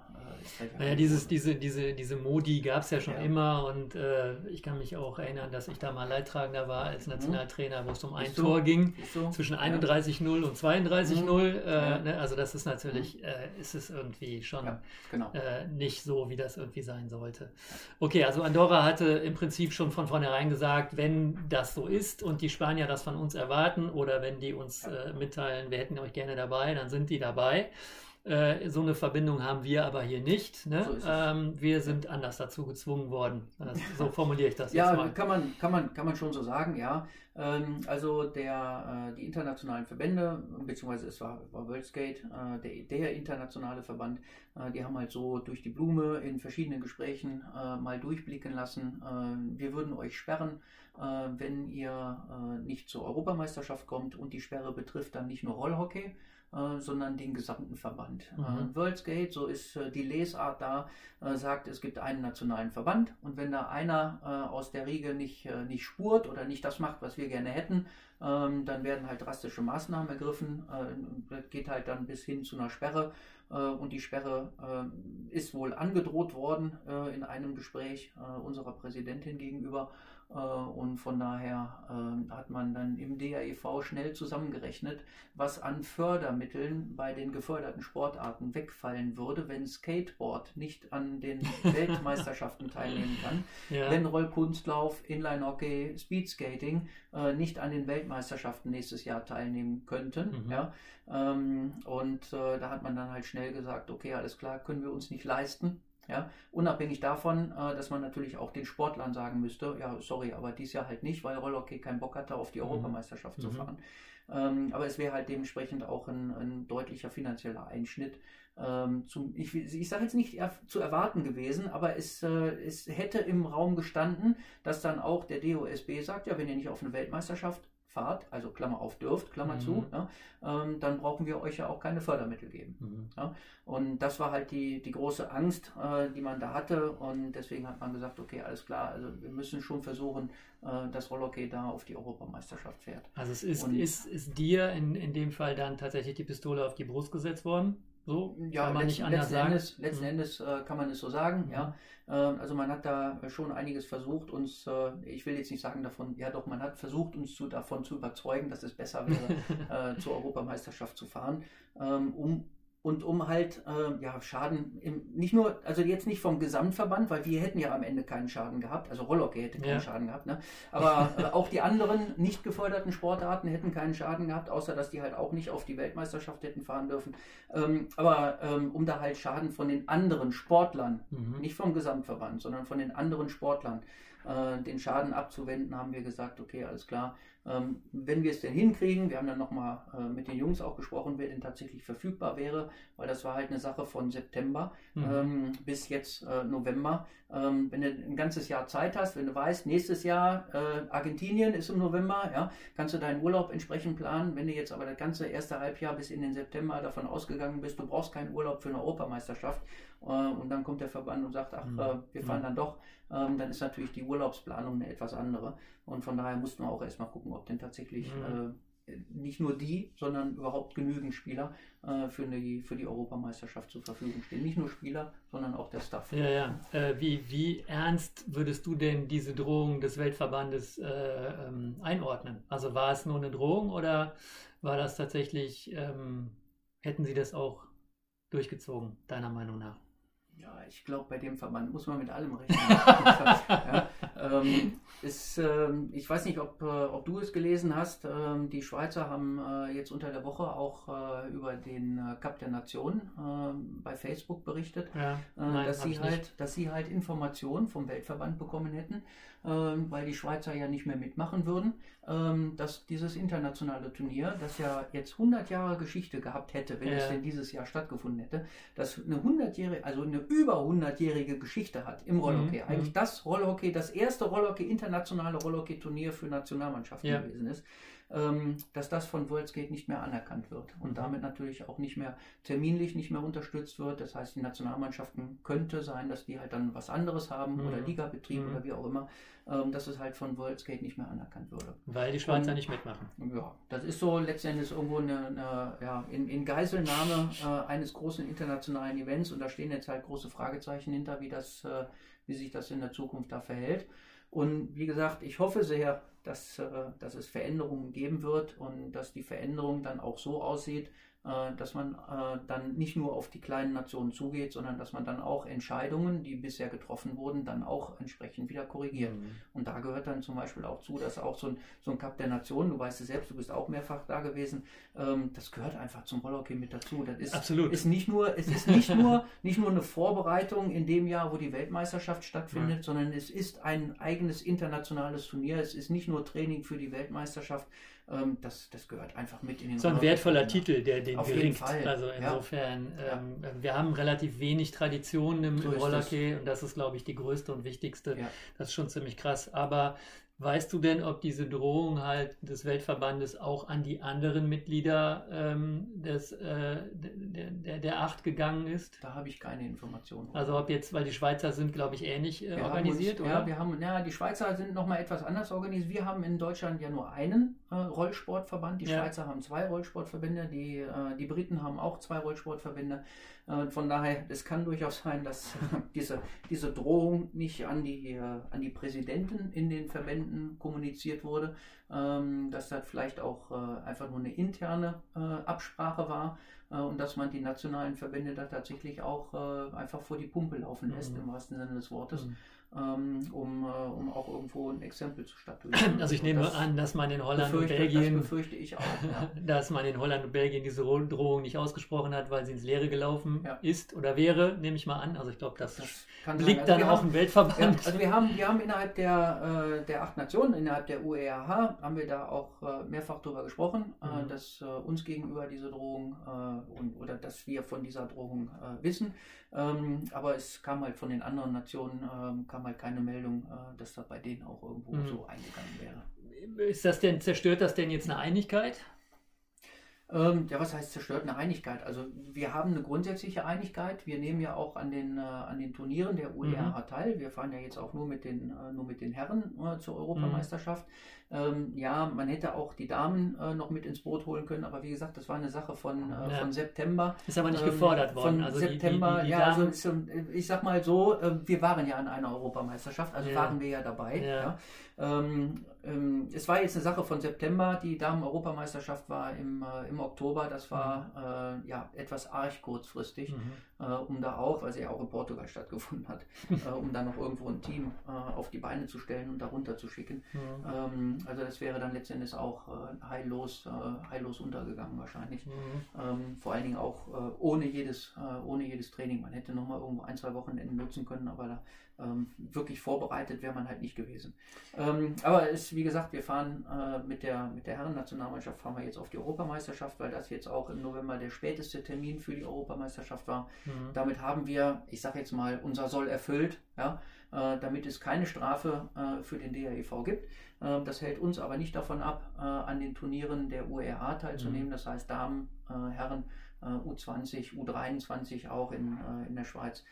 Diese Modi gab es ja schon immer und ich kann mich auch erinnern, dass ich da mal Leidtragender war als Nationaltrainer, wo es um ein Tor ging, zwischen 31-0 und 32-0. Ne? Also das ist natürlich, ist es irgendwie schon nicht so, wie das irgendwie sein sollte. Okay, also Andorra hatte im Prinzip schon von vornherein gesagt, wenn das so ist und die Spanier das von uns erwarten oder wenn die uns mitteilen, wir hätten euch gerne dabei, dann sind die dabei. So eine Verbindung haben wir aber hier nicht. Ne? So wir sind anders dazu gezwungen worden. So formuliere ich das jetzt mal. Ja, kann man schon so sagen, ja. Also die internationalen Verbände, beziehungsweise es war WorldSkate, der internationale Verband, die haben halt so durch die Blume in verschiedenen Gesprächen mal durchblicken lassen, wir würden euch sperren, wenn ihr nicht zur Europameisterschaft kommt, und die Sperre betrifft dann nicht nur Rollhockey, sondern den gesamten Verband. WorldSkate, so ist die Lesart da, sagt, es gibt einen nationalen Verband und wenn da einer aus der Riege nicht spurt oder nicht das macht, was wir gerne hätten, dann werden halt drastische Maßnahmen ergriffen. Das geht halt dann bis hin zu einer Sperre. und die Sperre ist wohl angedroht worden in einem Gespräch unserer Präsidentin gegenüber. Und von daher hat man dann im DAEV schnell zusammengerechnet, was an Fördermitteln bei den geförderten Sportarten wegfallen würde, wenn Skateboard nicht an den Weltmeisterschaften teilnehmen kann, wenn Rollkunstlauf, Inline-Hockey, Speedskating nicht an den Weltmeisterschaften nächstes Jahr teilnehmen könnten. Ja? Da hat man dann halt schnell gesagt, okay, alles klar, können wir uns nicht leisten. Ja, unabhängig davon, dass man natürlich auch den Sportlern sagen müsste, ja, sorry, aber dies Jahr halt nicht, weil Rollhockey keinen Bock hatte, auf die Europameisterschaft zu fahren. Aber es wäre halt dementsprechend auch ein deutlicher finanzieller Einschnitt. Ich sage jetzt nicht zu erwarten gewesen, aber es hätte im Raum gestanden, dass dann auch der DOSB sagt, ja, wenn ihr nicht auf eine Weltmeisterschaft fahrt, also Klammer auf dürft, Klammer zu, ja, dann brauchen wir euch ja auch keine Fördermittel geben. Ja. Und das war halt die große Angst, die man da hatte, und deswegen hat man gesagt, okay, alles klar, also wir müssen schon versuchen, dass Rollhockey da auf die Europameisterschaft fährt. Also es ist dir in dem Fall dann tatsächlich die Pistole auf die Brust gesetzt worden? So, ja, kann man nicht anders sagen. Letzten Endes kann man es so sagen, ja. Also man hat da schon einiges versucht, uns, ich will jetzt nicht sagen davon, ja doch, man hat versucht, uns davon zu überzeugen, dass es besser wäre, zur Europameisterschaft zu fahren, um halt Schaden, nicht nur, also jetzt nicht vom Gesamtverband, weil wir hätten ja am Ende keinen Schaden gehabt, also Rollhockey hätte keinen Schaden gehabt, ne? Aber auch die anderen nicht geförderten Sportarten hätten keinen Schaden gehabt, außer dass die halt auch nicht auf die Weltmeisterschaft hätten fahren dürfen. Um da halt Schaden von den anderen Sportlern, nicht vom Gesamtverband, sondern von den anderen Sportlern, den Schaden abzuwenden, haben wir gesagt, okay, alles klar, wenn wir es denn hinkriegen, wir haben dann nochmal mit den Jungs auch gesprochen, wer denn tatsächlich verfügbar wäre, weil das war halt eine Sache von September bis jetzt November. Wenn du ein ganzes Jahr Zeit hast, wenn du weißt, nächstes Jahr Argentinien ist im November, ja, kannst du deinen Urlaub entsprechend planen. Wenn du jetzt aber das ganze erste Halbjahr bis in den September davon ausgegangen bist, du brauchst keinen Urlaub für eine Europameisterschaft, und dann kommt der Verband und sagt, wir fahren dann doch, dann ist natürlich die Urlaubsplanung eine etwas andere. Und von daher mussten wir auch erstmal gucken, ob denn tatsächlich nicht nur die, sondern überhaupt genügend Spieler für die Europameisterschaft zur Verfügung stehen. Nicht nur Spieler, sondern auch der Staff. Ja. Wie ernst würdest du denn diese Drohung des Weltverbandes einordnen? Also war es nur eine Drohung oder war das tatsächlich, hätten sie das auch durchgezogen, deiner Meinung nach? Ja, ich glaube, bei dem Verband muss man mit allem rechnen. Ja, ich weiß nicht, ob du es gelesen hast. Die Schweizer haben jetzt unter der Woche auch über den Cup der Nationen bei Facebook berichtet, dass sie halt Informationen vom Weltverband bekommen hätten, weil die Schweizer ja nicht mehr mitmachen würden, dass dieses internationale Turnier, das ja jetzt 100 Jahre Geschichte gehabt hätte, wenn es denn dieses Jahr stattgefunden hätte, das eine über 100-jährige Geschichte hat im Rollhockey. Eigentlich das erste internationale Rollhockey-Turnier für Nationalmannschaften gewesen ist, dass das von WorldSkate nicht mehr anerkannt wird und damit natürlich auch terminlich nicht mehr unterstützt wird. Das heißt, die Nationalmannschaften könnte sein, dass die halt dann was anderes haben oder Ligabetrieb oder wie auch immer, dass es halt von WorldSkate nicht mehr anerkannt würde. Weil die Schweizer nicht mitmachen. Ja, das ist so letztendlich irgendwo in Geiselnahme eines großen internationalen Events, und da stehen jetzt halt große Fragezeichen hinter, wie sich das in der Zukunft da verhält. Und wie gesagt, ich hoffe sehr, dass es Veränderungen geben wird und dass die Veränderung dann auch so aussieht, dass man dann nicht nur auf die kleinen Nationen zugeht, sondern dass man dann auch Entscheidungen, die bisher getroffen wurden, dann auch entsprechend wieder korrigiert. Und da gehört dann zum Beispiel auch zu, dass auch so ein Cup der Nationen, du weißt es selbst, du bist auch mehrfach da gewesen, das gehört einfach zum Rollhockey mit dazu. Das ist, Absolut. Es ist nicht nur eine Vorbereitung in dem Jahr, wo die Weltmeisterschaft stattfindet, sondern es ist ein eigenes internationales Turnier. Es ist nicht nur Training für die Weltmeisterschaft. Das gehört einfach mit in den So ein wertvoller Titel, den bringt. Also insofern, wir haben relativ wenig Traditionen im Rollhockey und das ist, glaube ich, die größte und wichtigste. Ja. Das ist schon ziemlich krass. Aber weißt du denn, ob diese Drohung halt des Weltverbandes auch an die anderen Mitglieder der 8 gegangen ist? Da habe ich keine Informationen. Also ob jetzt, weil die Schweizer sind, glaube ich, ähnlich organisiert, oder? Ja, die Schweizer sind nochmal etwas anders organisiert. Wir haben in Deutschland ja nur einen Rollsportverband. Die Schweizer haben 2 Rollsportverbände. Die Briten haben auch 2 Rollsportverbände. Von daher, es kann durchaus sein, dass diese Drohung nicht an die Präsidenten in den Verbänden kommuniziert wurde, dass das vielleicht auch einfach nur eine interne Absprache war und dass man die nationalen Verbände da tatsächlich auch einfach vor die Pumpe laufen lässt, im wahrsten Sinne des Wortes. Um auch irgendwo ein Exempel zu statuieren. Also ich nehme an, dass man in Holland und Belgien, das befürchte ich auch, ja. dass man in Holland und Belgien diese Drohung nicht ausgesprochen hat, weil sie ins Leere gelaufen ist oder wäre, nehme ich mal an. Also ich glaube, das liegt dann auch im Weltverband. Ja, also wir haben innerhalb der 8 Nationen, innerhalb der UEAH, haben wir da auch mehrfach darüber gesprochen, dass uns gegenüber diese Drohung oder dass wir von dieser Drohung wissen. Aber es kam halt von den anderen Nationen kam halt keine Meldung, dass das bei denen auch irgendwo so eingegangen wäre. Zerstört das denn jetzt eine Einigkeit? Ja, was heißt zerstört eine Einigkeit? Also wir haben eine grundsätzliche Einigkeit. Wir nehmen ja auch an den Turnieren der UEAH teil. Wir fahren ja jetzt auch nur mit den Herren zur Europameisterschaft. Ja, man hätte auch die Damen noch mit ins Boot holen können, aber wie gesagt, das war eine Sache von September. Ist aber nicht gefordert worden. Von also September, die ja, also ich sag mal so, wir waren ja an einer Europameisterschaft, also waren wir ja dabei. Ja. Es war jetzt eine Sache von September, die Damen-Europameisterschaft war im Oktober, das war etwas arg kurzfristig, um da auch, weil sie ja auch in Portugal stattgefunden hat, um dann noch irgendwo ein Team auf die Beine zu stellen und darunter zu schicken. Also das wäre dann letztendlich auch heillos untergegangen wahrscheinlich. Vor allen Dingen auch ohne jedes Training. Man hätte nochmal irgendwo 1-2 Wochenenden nutzen können, aber da wirklich vorbereitet wäre man halt nicht gewesen. Aber wie gesagt, wir fahren mit der Herren-Nationalmannschaft fahren wir jetzt auf die Europameisterschaft, weil das jetzt auch im November der späteste Termin für die Europameisterschaft war. Damit haben wir, ich sage jetzt mal, unser Soll erfüllt, ja, damit es keine Strafe für den DHEV gibt. Das hält uns aber nicht davon ab, an den Turnieren der UEAH teilzunehmen, das heißt Damen, Herren, U20, U23 auch in der Schweiz,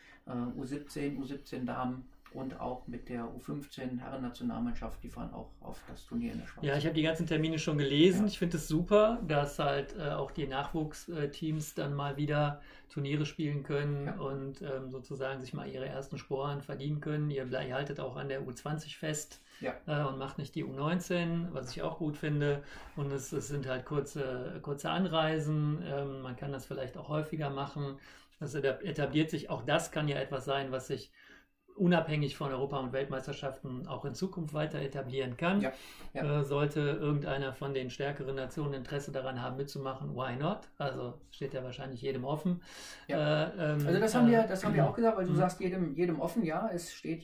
U17 Damen und auch mit der U15 Herren-Nationalmannschaft, die fahren auch auf das Turnier in der Schweiz. Ja, ich habe die ganzen Termine schon gelesen. Ja. Ich finde es super, dass halt auch die Nachwuchsteams dann mal wieder Turniere spielen können und sozusagen sich mal ihre ersten Sporen verdienen können. Ihr haltet auch an der U20 fest. Ja. Und macht nicht die U19, was ich auch gut finde. Und es sind halt kurze Anreisen. Man kann das vielleicht auch häufiger machen. Das etabliert sich. Auch das kann ja etwas sein, was sich unabhängig von Europa- und Weltmeisterschaften auch in Zukunft weiter etablieren kann. Ja. Ja. Sollte irgendeiner von den stärkeren Nationen Interesse daran haben, mitzumachen, why not? Also steht ja wahrscheinlich jedem offen. Ja. Also das haben wir auch gesagt, weil du sagst jedem offen, ja, es steht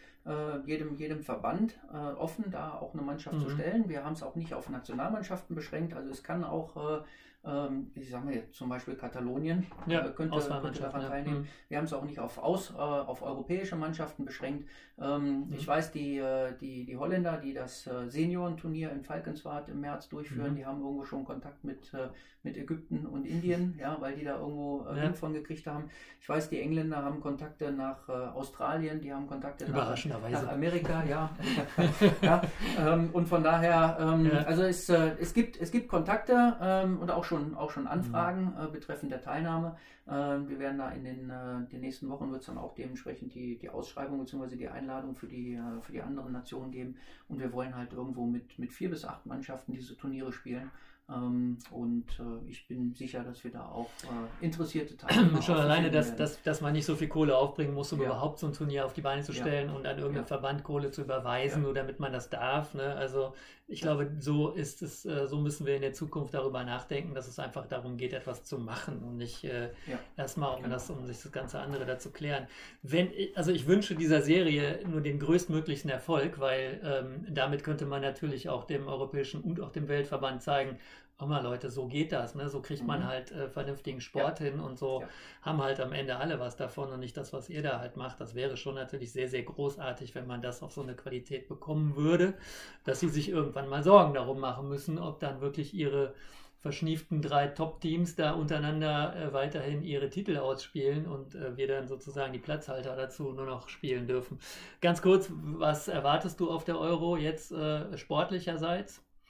jedem Verband offen, da auch eine Mannschaft zu stellen. Wir haben es auch nicht auf Nationalmannschaften beschränkt, also es kann auch ich sage mal jetzt zum Beispiel Katalonien könnte daran teilnehmen. Wir haben es auch nicht auf europäische Mannschaften beschränkt. Ich weiß, die Holländer, die das Seniorenturnier in Valkenswaard im März durchführen, die haben irgendwo schon Kontakt mit Ägypten und Indien, ja, weil die da irgendwo Wind von gekriegt haben. Ich weiß, die Engländer haben Kontakte nach Australien, die haben Kontakte nach Amerika, ja. Ja, und von daher, also es gibt Kontakte und auch schon Anfragen betreffend der Teilnahme. Wir werden da in den nächsten Wochen wird es dann auch dementsprechend die Ausschreibung bzw. die Einladung für die anderen Nationen geben. Und wir wollen halt irgendwo mit 4 bis 8 Mannschaften diese Turniere spielen. Und ich bin sicher, dass wir da auch interessierte Teilnehmer schon alleine, dass man nicht so viel Kohle aufbringen muss, um überhaupt so ein Turnier auf die Beine zu stellen und an irgendeinen Verband Kohle zu überweisen, nur damit man das darf. Ne? Also ich glaube, so müssen wir in der Zukunft darüber nachdenken, dass es einfach darum geht, etwas zu machen und nicht erstmal um sich das ganze andere da zu klären. Also ich wünsche dieser Serie nur den größtmöglichen Erfolg, weil damit könnte man natürlich auch dem Europäischen und auch dem Weltverband zeigen, mal Leute, so geht das, ne? So kriegt man halt vernünftigen Sport hin und so haben halt am Ende alle was davon und nicht das, was ihr da halt macht. Das wäre schon natürlich sehr, sehr großartig, wenn man das auf so eine Qualität bekommen würde, dass sie sich irgendwann mal Sorgen darum machen müssen, ob dann wirklich ihre verschnieften 3 Top-Teams da untereinander weiterhin ihre Titel ausspielen und wir dann sozusagen die Platzhalter dazu nur noch spielen dürfen. Ganz kurz, was erwartest du auf der Euro jetzt sportlicherseits?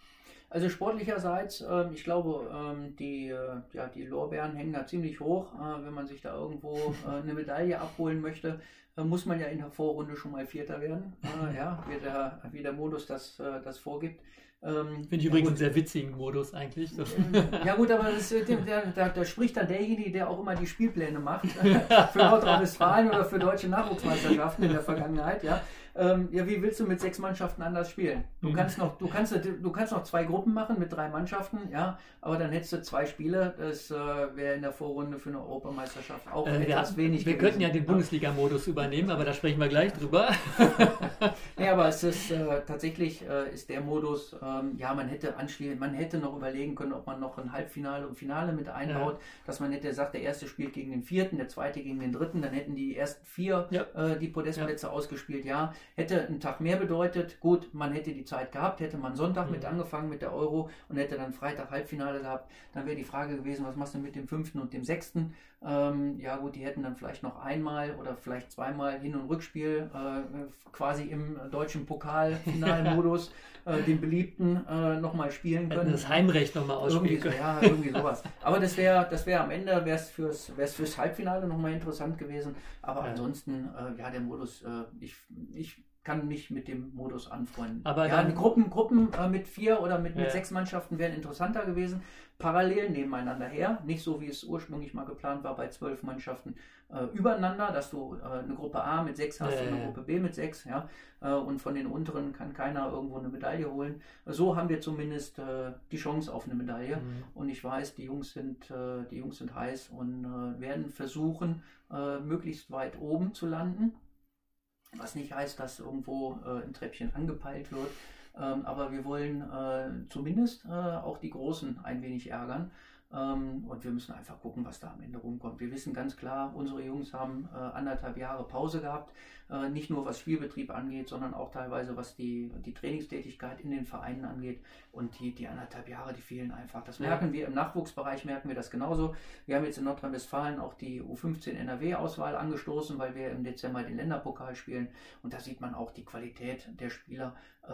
Also sportlicherseits, ich glaube, die Lorbeeren hängen da ziemlich hoch. Wenn man sich da irgendwo eine Medaille abholen möchte, muss man ja in der Vorrunde schon mal Vierter werden, wie der Modus das vorgibt. Finde ich übrigens einen sehr witzigen Modus eigentlich. Ja gut, aber da spricht dann derjenige, der auch immer die Spielpläne macht für Nordrhein-Westfalen oder für deutsche Nachwuchsmeisterschaften in der Vergangenheit. Ja, wie willst du mit 6 Mannschaften anders spielen? Du kannst noch 2 Gruppen machen mit 3 Mannschaften, ja, aber dann hättest du 2 Spiele. Das wäre in der Vorrunde für eine Europameisterschaft auch etwas wenig Wir könnten ja den Bundesliga-Modus übernehmen, aber da sprechen wir gleich drüber. Nee, aber es ist tatsächlich ist der Modus, man hätte noch überlegen können, ob man noch ein Halbfinale und Finale mit einbaut, dass man hätte gesagt, der erste spielt gegen den 4., der zweite gegen den 3., dann hätten die ersten 4 die Podestplätze ausgespielt, hätte einen Tag mehr bedeutet, gut, man hätte die Zeit gehabt, hätte man Sonntag mit angefangen mit der Euro und hätte dann Freitag Halbfinale gehabt, dann wäre die Frage gewesen, was machst du mit dem 5. und dem 6.? Die hätten dann vielleicht noch einmal oder vielleicht zweimal Hin- und Rückspiel quasi im deutschen Pokalfinalmodus den Beliebten nochmal spielen können. Das Heimrecht nochmal ausspielen können. Irgendwie sowas. Aber das wäre am Ende wär's fürs Halbfinale nochmal interessant gewesen. Aber ansonsten, der Modus, ich kann mich mit dem Modus anfreunden. Aber die Gruppen mit 4 oder mit 6 Mannschaften wären interessanter gewesen. Parallel nebeneinander her, nicht so wie es ursprünglich mal geplant war bei 12 Mannschaften übereinander, dass du eine Gruppe A mit 6 hast und eine Gruppe B mit 6, und von den unteren kann keiner irgendwo eine Medaille holen. So haben wir zumindest die Chance auf eine Medaille und ich weiß, die Jungs sind heiß und werden versuchen, möglichst weit oben zu landen, was nicht heißt, dass irgendwo ein Treppchen angepeilt wird. Aber wir wollen zumindest auch die Großen ein wenig ärgern. Und wir müssen einfach gucken, was da am Ende rumkommt. Wir wissen ganz klar, unsere Jungs haben 1,5 Jahre Pause gehabt. Nicht nur was Spielbetrieb angeht, sondern auch teilweise was die Trainingstätigkeit in den Vereinen angeht. Und die 1,5 Jahre, die fehlen einfach. Das merken wir im Nachwuchsbereich, merken wir das genauso. Wir haben jetzt in Nordrhein-Westfalen auch die U15 NRW-Auswahl angestoßen, weil wir im Dezember den Länderpokal spielen. Und da sieht man auch die Qualität der Spieler.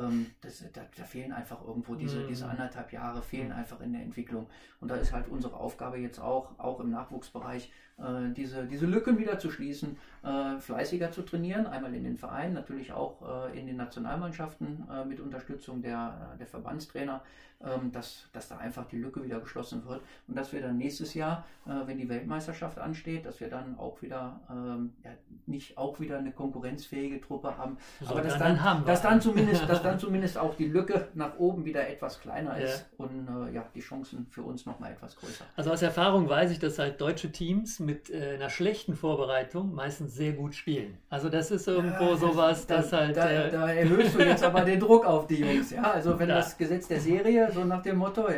Da fehlen einfach irgendwo diese 1,5 Jahre, fehlen einfach in der Entwicklung. Und da ist halt unsere Aufgabe jetzt auch im Nachwuchsbereich, diese Lücken wieder zu schließen, fleißiger zu trainieren, einmal in den Vereinen, natürlich auch in den Nationalmannschaften mit Unterstützung der Verbandstrainer, dass da einfach die Lücke wieder geschlossen wird und dass wir dann nächstes Jahr, wenn die Weltmeisterschaft ansteht, dass wir dann auch wieder nicht auch wieder eine konkurrenzfähige Truppe haben, aber dass dann zumindest auch die Lücke nach oben wieder etwas kleiner ist und die Chancen für uns nochmal etwas größer. Also aus Erfahrung weiß ich, dass halt deutsche Teams mit einer schlechten Vorbereitung meistens sehr gut spielen. Also das ist irgendwo sowas, dass halt... Da erhöhst du jetzt aber den Druck auf die Jungs, also wenn das Gesetz der Serie, so nach dem Motto,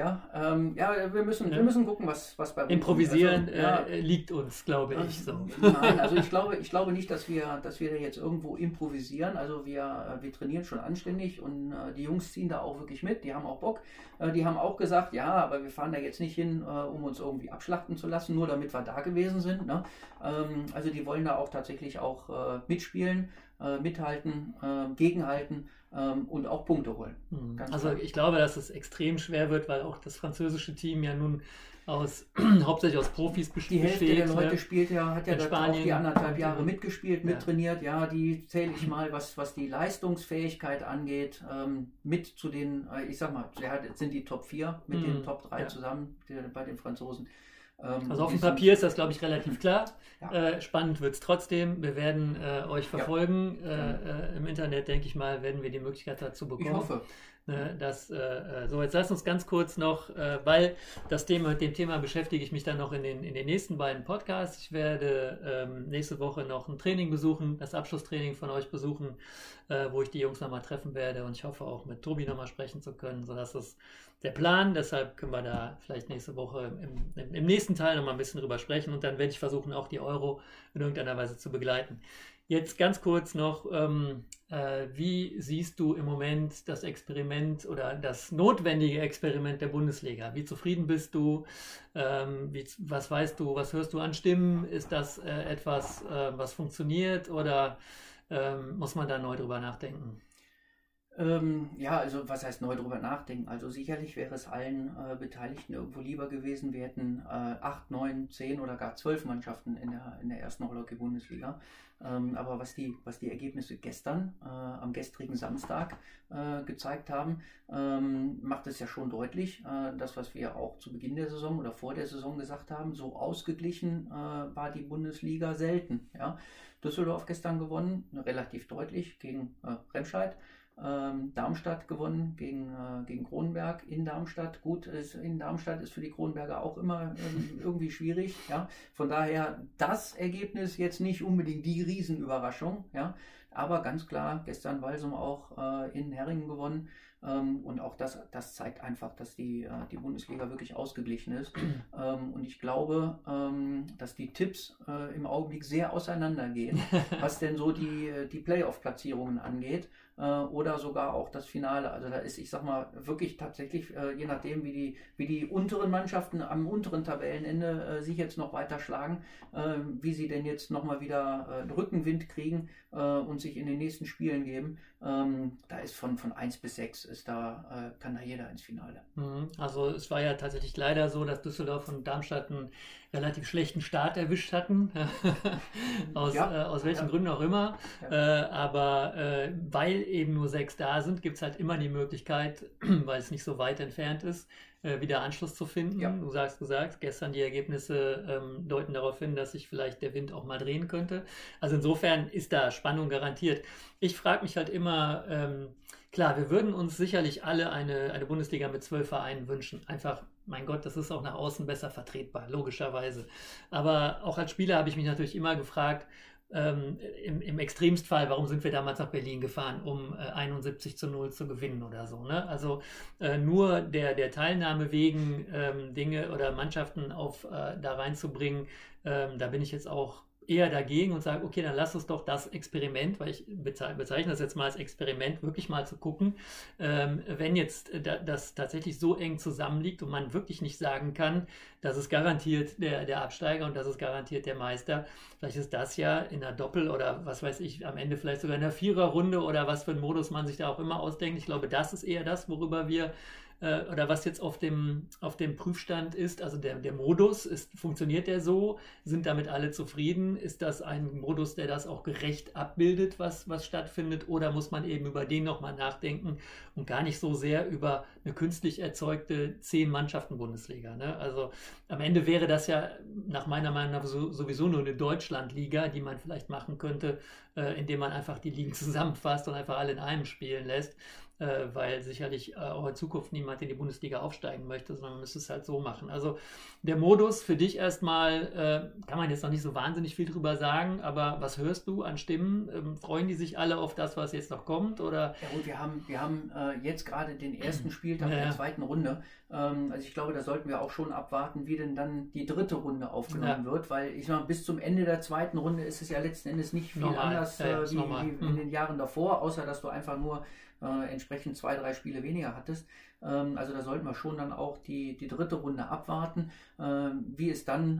wir müssen gucken, was bei uns Improvisieren liegt uns, glaube ich. So. Nein, also ich glaube nicht, dass wir da jetzt irgendwo improvisieren. Also wir trainieren schon anständig und die Jungs ziehen da auch wirklich mit, die haben auch Bock. Die haben auch gesagt, aber wir fahren da jetzt nicht hin, um uns irgendwie abschlachten zu lassen, nur damit wir da gewesen sind. Ne? Also die wollen da auch tatsächlich auch mitspielen, mithalten, gegenhalten und auch Punkte holen. Also ich glaube, dass es extrem schwer wird, weil auch das französische Team ja nun hauptsächlich aus Profis besteht. Die Hälfte der Leute hat ja Spanien, auch die 1,5 Jahre mitgespielt, mittrainiert. Ja, die zähle ich mal, was die Leistungsfähigkeit angeht, mit zu den, ich sag mal, sind die Top 4 mit den Top 3 zusammen bei den Franzosen. Also auf dem Papier ist das, glaube ich, relativ klar. Spannend wird es trotzdem. Wir werden euch verfolgen. Im Internet, denke ich mal, werden wir die Möglichkeit dazu bekommen. Ich hoffe. So, jetzt lass uns ganz kurz noch, weil mit dem Thema beschäftige ich mich dann noch in den nächsten beiden Podcasts. Ich werde nächste Woche noch ein Training besuchen, das Abschlusstraining von euch besuchen, wo ich die Jungs nochmal treffen werde und ich hoffe auch mit Tobi nochmal sprechen zu können. So, das ist der Plan. Deshalb können wir da vielleicht nächste Woche im nächsten Teil nochmal ein bisschen drüber sprechen und dann werde ich versuchen, auch die Euro in irgendeiner Weise zu begleiten. Jetzt ganz kurz noch, wie siehst du im Moment das Experiment oder das notwendige Experiment der Bundesliga? Wie zufrieden bist du? Was weißt du? Was hörst du an Stimmen? Ist das etwas, was funktioniert oder muss man da neu drüber nachdenken? Ja, also was heißt neu drüber nachdenken? Also sicherlich wäre es allen Beteiligten irgendwo lieber gewesen, wir hätten 8, 9, 10 oder gar 12 Mannschaften in der ersten Rollhockey-Bundesliga. Aber was die Ergebnisse gestern, am gestrigen Samstag gezeigt haben, macht es ja schon deutlich, das, was wir auch zu Beginn der Saison oder vor der Saison gesagt haben, so ausgeglichen war die Bundesliga selten. Ja? Düsseldorf gestern gewonnen, relativ deutlich gegen Remscheid. Darmstadt gewonnen gegen Kronenberg in Darmstadt. Gut, in Darmstadt ist für die Kronenberger auch immer irgendwie schwierig. Ja? Von daher das Ergebnis jetzt nicht unbedingt die Riesenüberraschung. Ja? Aber ganz klar, gestern Walsum auch in Herringen gewonnen. Und auch das zeigt einfach, dass die Bundesliga wirklich ausgeglichen ist. Und ich glaube, dass die Tipps im Augenblick sehr auseinandergehen, was denn so die Playoff-Platzierungen angeht. Oder sogar auch das Finale. Also da ist, ich sag mal, wirklich tatsächlich, je nachdem, wie die unteren Mannschaften am unteren Tabellenende sich jetzt noch weiter schlagen, wie sie denn jetzt nochmal wieder Rückenwind kriegen und sich in den nächsten Spielen geben. Da ist von 1 bis 6 kann da jeder ins Finale. Also es war ja tatsächlich leider so, dass Düsseldorf und Darmstadt einen relativ schlechten Start erwischt hatten, aus welchen Gründen auch immer. Ja. Aber weil eben nur 6 da sind, gibt es halt immer die Möglichkeit, weil es nicht so weit entfernt ist, wieder Anschluss zu finden. Ja. Du sagst gesagt, gestern die Ergebnisse deuten darauf hin, dass sich vielleicht der Wind auch mal drehen könnte. Also insofern ist da Spannung garantiert. Ich frage mich halt immer, klar, wir würden uns sicherlich alle eine Bundesliga mit 12 Vereinen wünschen. Einfach, mein Gott, das ist auch nach außen besser vertretbar, logischerweise. Aber auch als Spieler habe ich mich natürlich immer gefragt, im Extremstfall, warum sind wir damals nach Berlin gefahren, um 71-0 zu gewinnen oder so. Ne? Also nur der Teilnahme wegen Dinge oder Mannschaften da reinzubringen, da bin ich jetzt auch eher dagegen und sage, okay, dann lass uns doch das Experiment, weil ich bezeichne das jetzt mal als Experiment, wirklich mal zu gucken, wenn jetzt das tatsächlich so eng zusammenliegt und man wirklich nicht sagen kann, das ist garantiert der Absteiger und das ist garantiert der Meister. Vielleicht ist das ja in einer Doppel- oder was weiß ich, am Ende vielleicht sogar in einer Viererrunde oder was für einen Modus man sich da auch immer ausdenkt. Ich glaube, das ist eher das, worüber wir oder was jetzt auf dem Prüfstand ist, also der Modus, funktioniert der so? Sind damit alle zufrieden? Ist das ein Modus, der das auch gerecht abbildet, was stattfindet? Oder muss man eben über den nochmal nachdenken und gar nicht so sehr über eine künstlich erzeugte 10-Mannschaften-Bundesliga? Ne? Also am Ende wäre das ja nach meiner Meinung nach sowieso nur eine Deutschlandliga, die man vielleicht machen könnte, indem man einfach die Ligen zusammenfasst und einfach alle in einem spielen lässt. Weil sicherlich auch in Zukunft niemand in die Bundesliga aufsteigen möchte, sondern man müsste es halt so machen. Also der Modus für dich erstmal, kann man jetzt noch nicht so wahnsinnig viel drüber sagen, aber was hörst du an Stimmen? Freuen die sich alle auf das, was jetzt noch kommt? Oder? Ja gut, wir haben jetzt gerade den ersten Spieltag der zweiten Runde. Also ich glaube, da sollten wir auch schon abwarten, wie denn dann die dritte Runde aufgenommen wird, weil ich sag mal, bis zum Ende der zweiten Runde ist es ja letzten Endes nicht viel anders wie in den Jahren davor, außer dass du einfach nur entsprechend 2, 3 Spiele weniger hattest. Also da sollten wir schon dann auch die dritte Runde abwarten, wie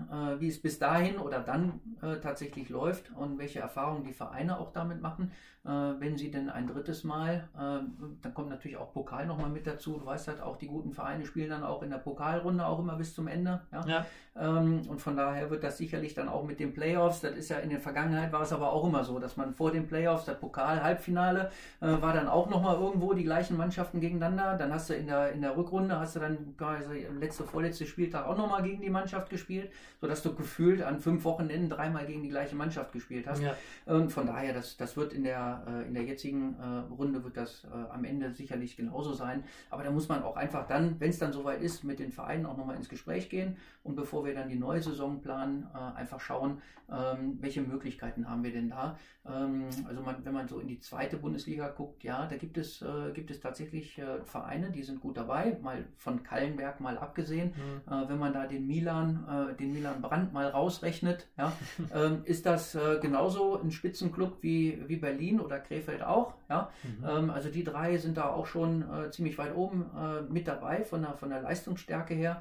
es bis dahin oder dann tatsächlich läuft und welche Erfahrungen die Vereine auch damit machen, wenn sie denn ein drittes Mal, dann kommt natürlich auch Pokal nochmal mit dazu. Du weißt halt auch, die guten Vereine spielen dann auch in der Pokalrunde auch immer bis zum Ende. Ja? Und von daher wird das sicherlich dann auch mit den Playoffs, das ist ja in der Vergangenheit war es aber auch immer so, dass man vor den Playoffs, der Pokal-Halbfinale, war dann auch nochmal irgendwo die gleichen Mannschaften gegeneinander. Dann hast du in der Rückrunde, hast du dann vorletzte Spieltag auch nochmal gegen die Mannschaft gespielt, sodass du gefühlt an 5 Wochenenden 3-mal gegen die gleiche Mannschaft gespielt hast. Ja. Von daher, das wird in der jetzigen Runde wird das am Ende sicherlich genauso sein. Aber da muss man auch einfach dann, wenn es dann soweit ist, mit den Vereinen auch nochmal ins Gespräch gehen und bevor wir dann die neue Saison planen, einfach schauen, welche Möglichkeiten haben wir denn da. Also wenn man so in die zweite Bundesliga guckt, ja, da gibt es tatsächlich Vereine, die sind gut dabei, mal von Kallenberg mal abgesehen. Wenn man da den Milan Brand mal rausrechnet, ja, ist das genauso ein Spitzenclub wie Berlin oder Krefeld auch. Ja? Also die 3 sind da auch schon ziemlich weit oben mit dabei von der Leistungsstärke her.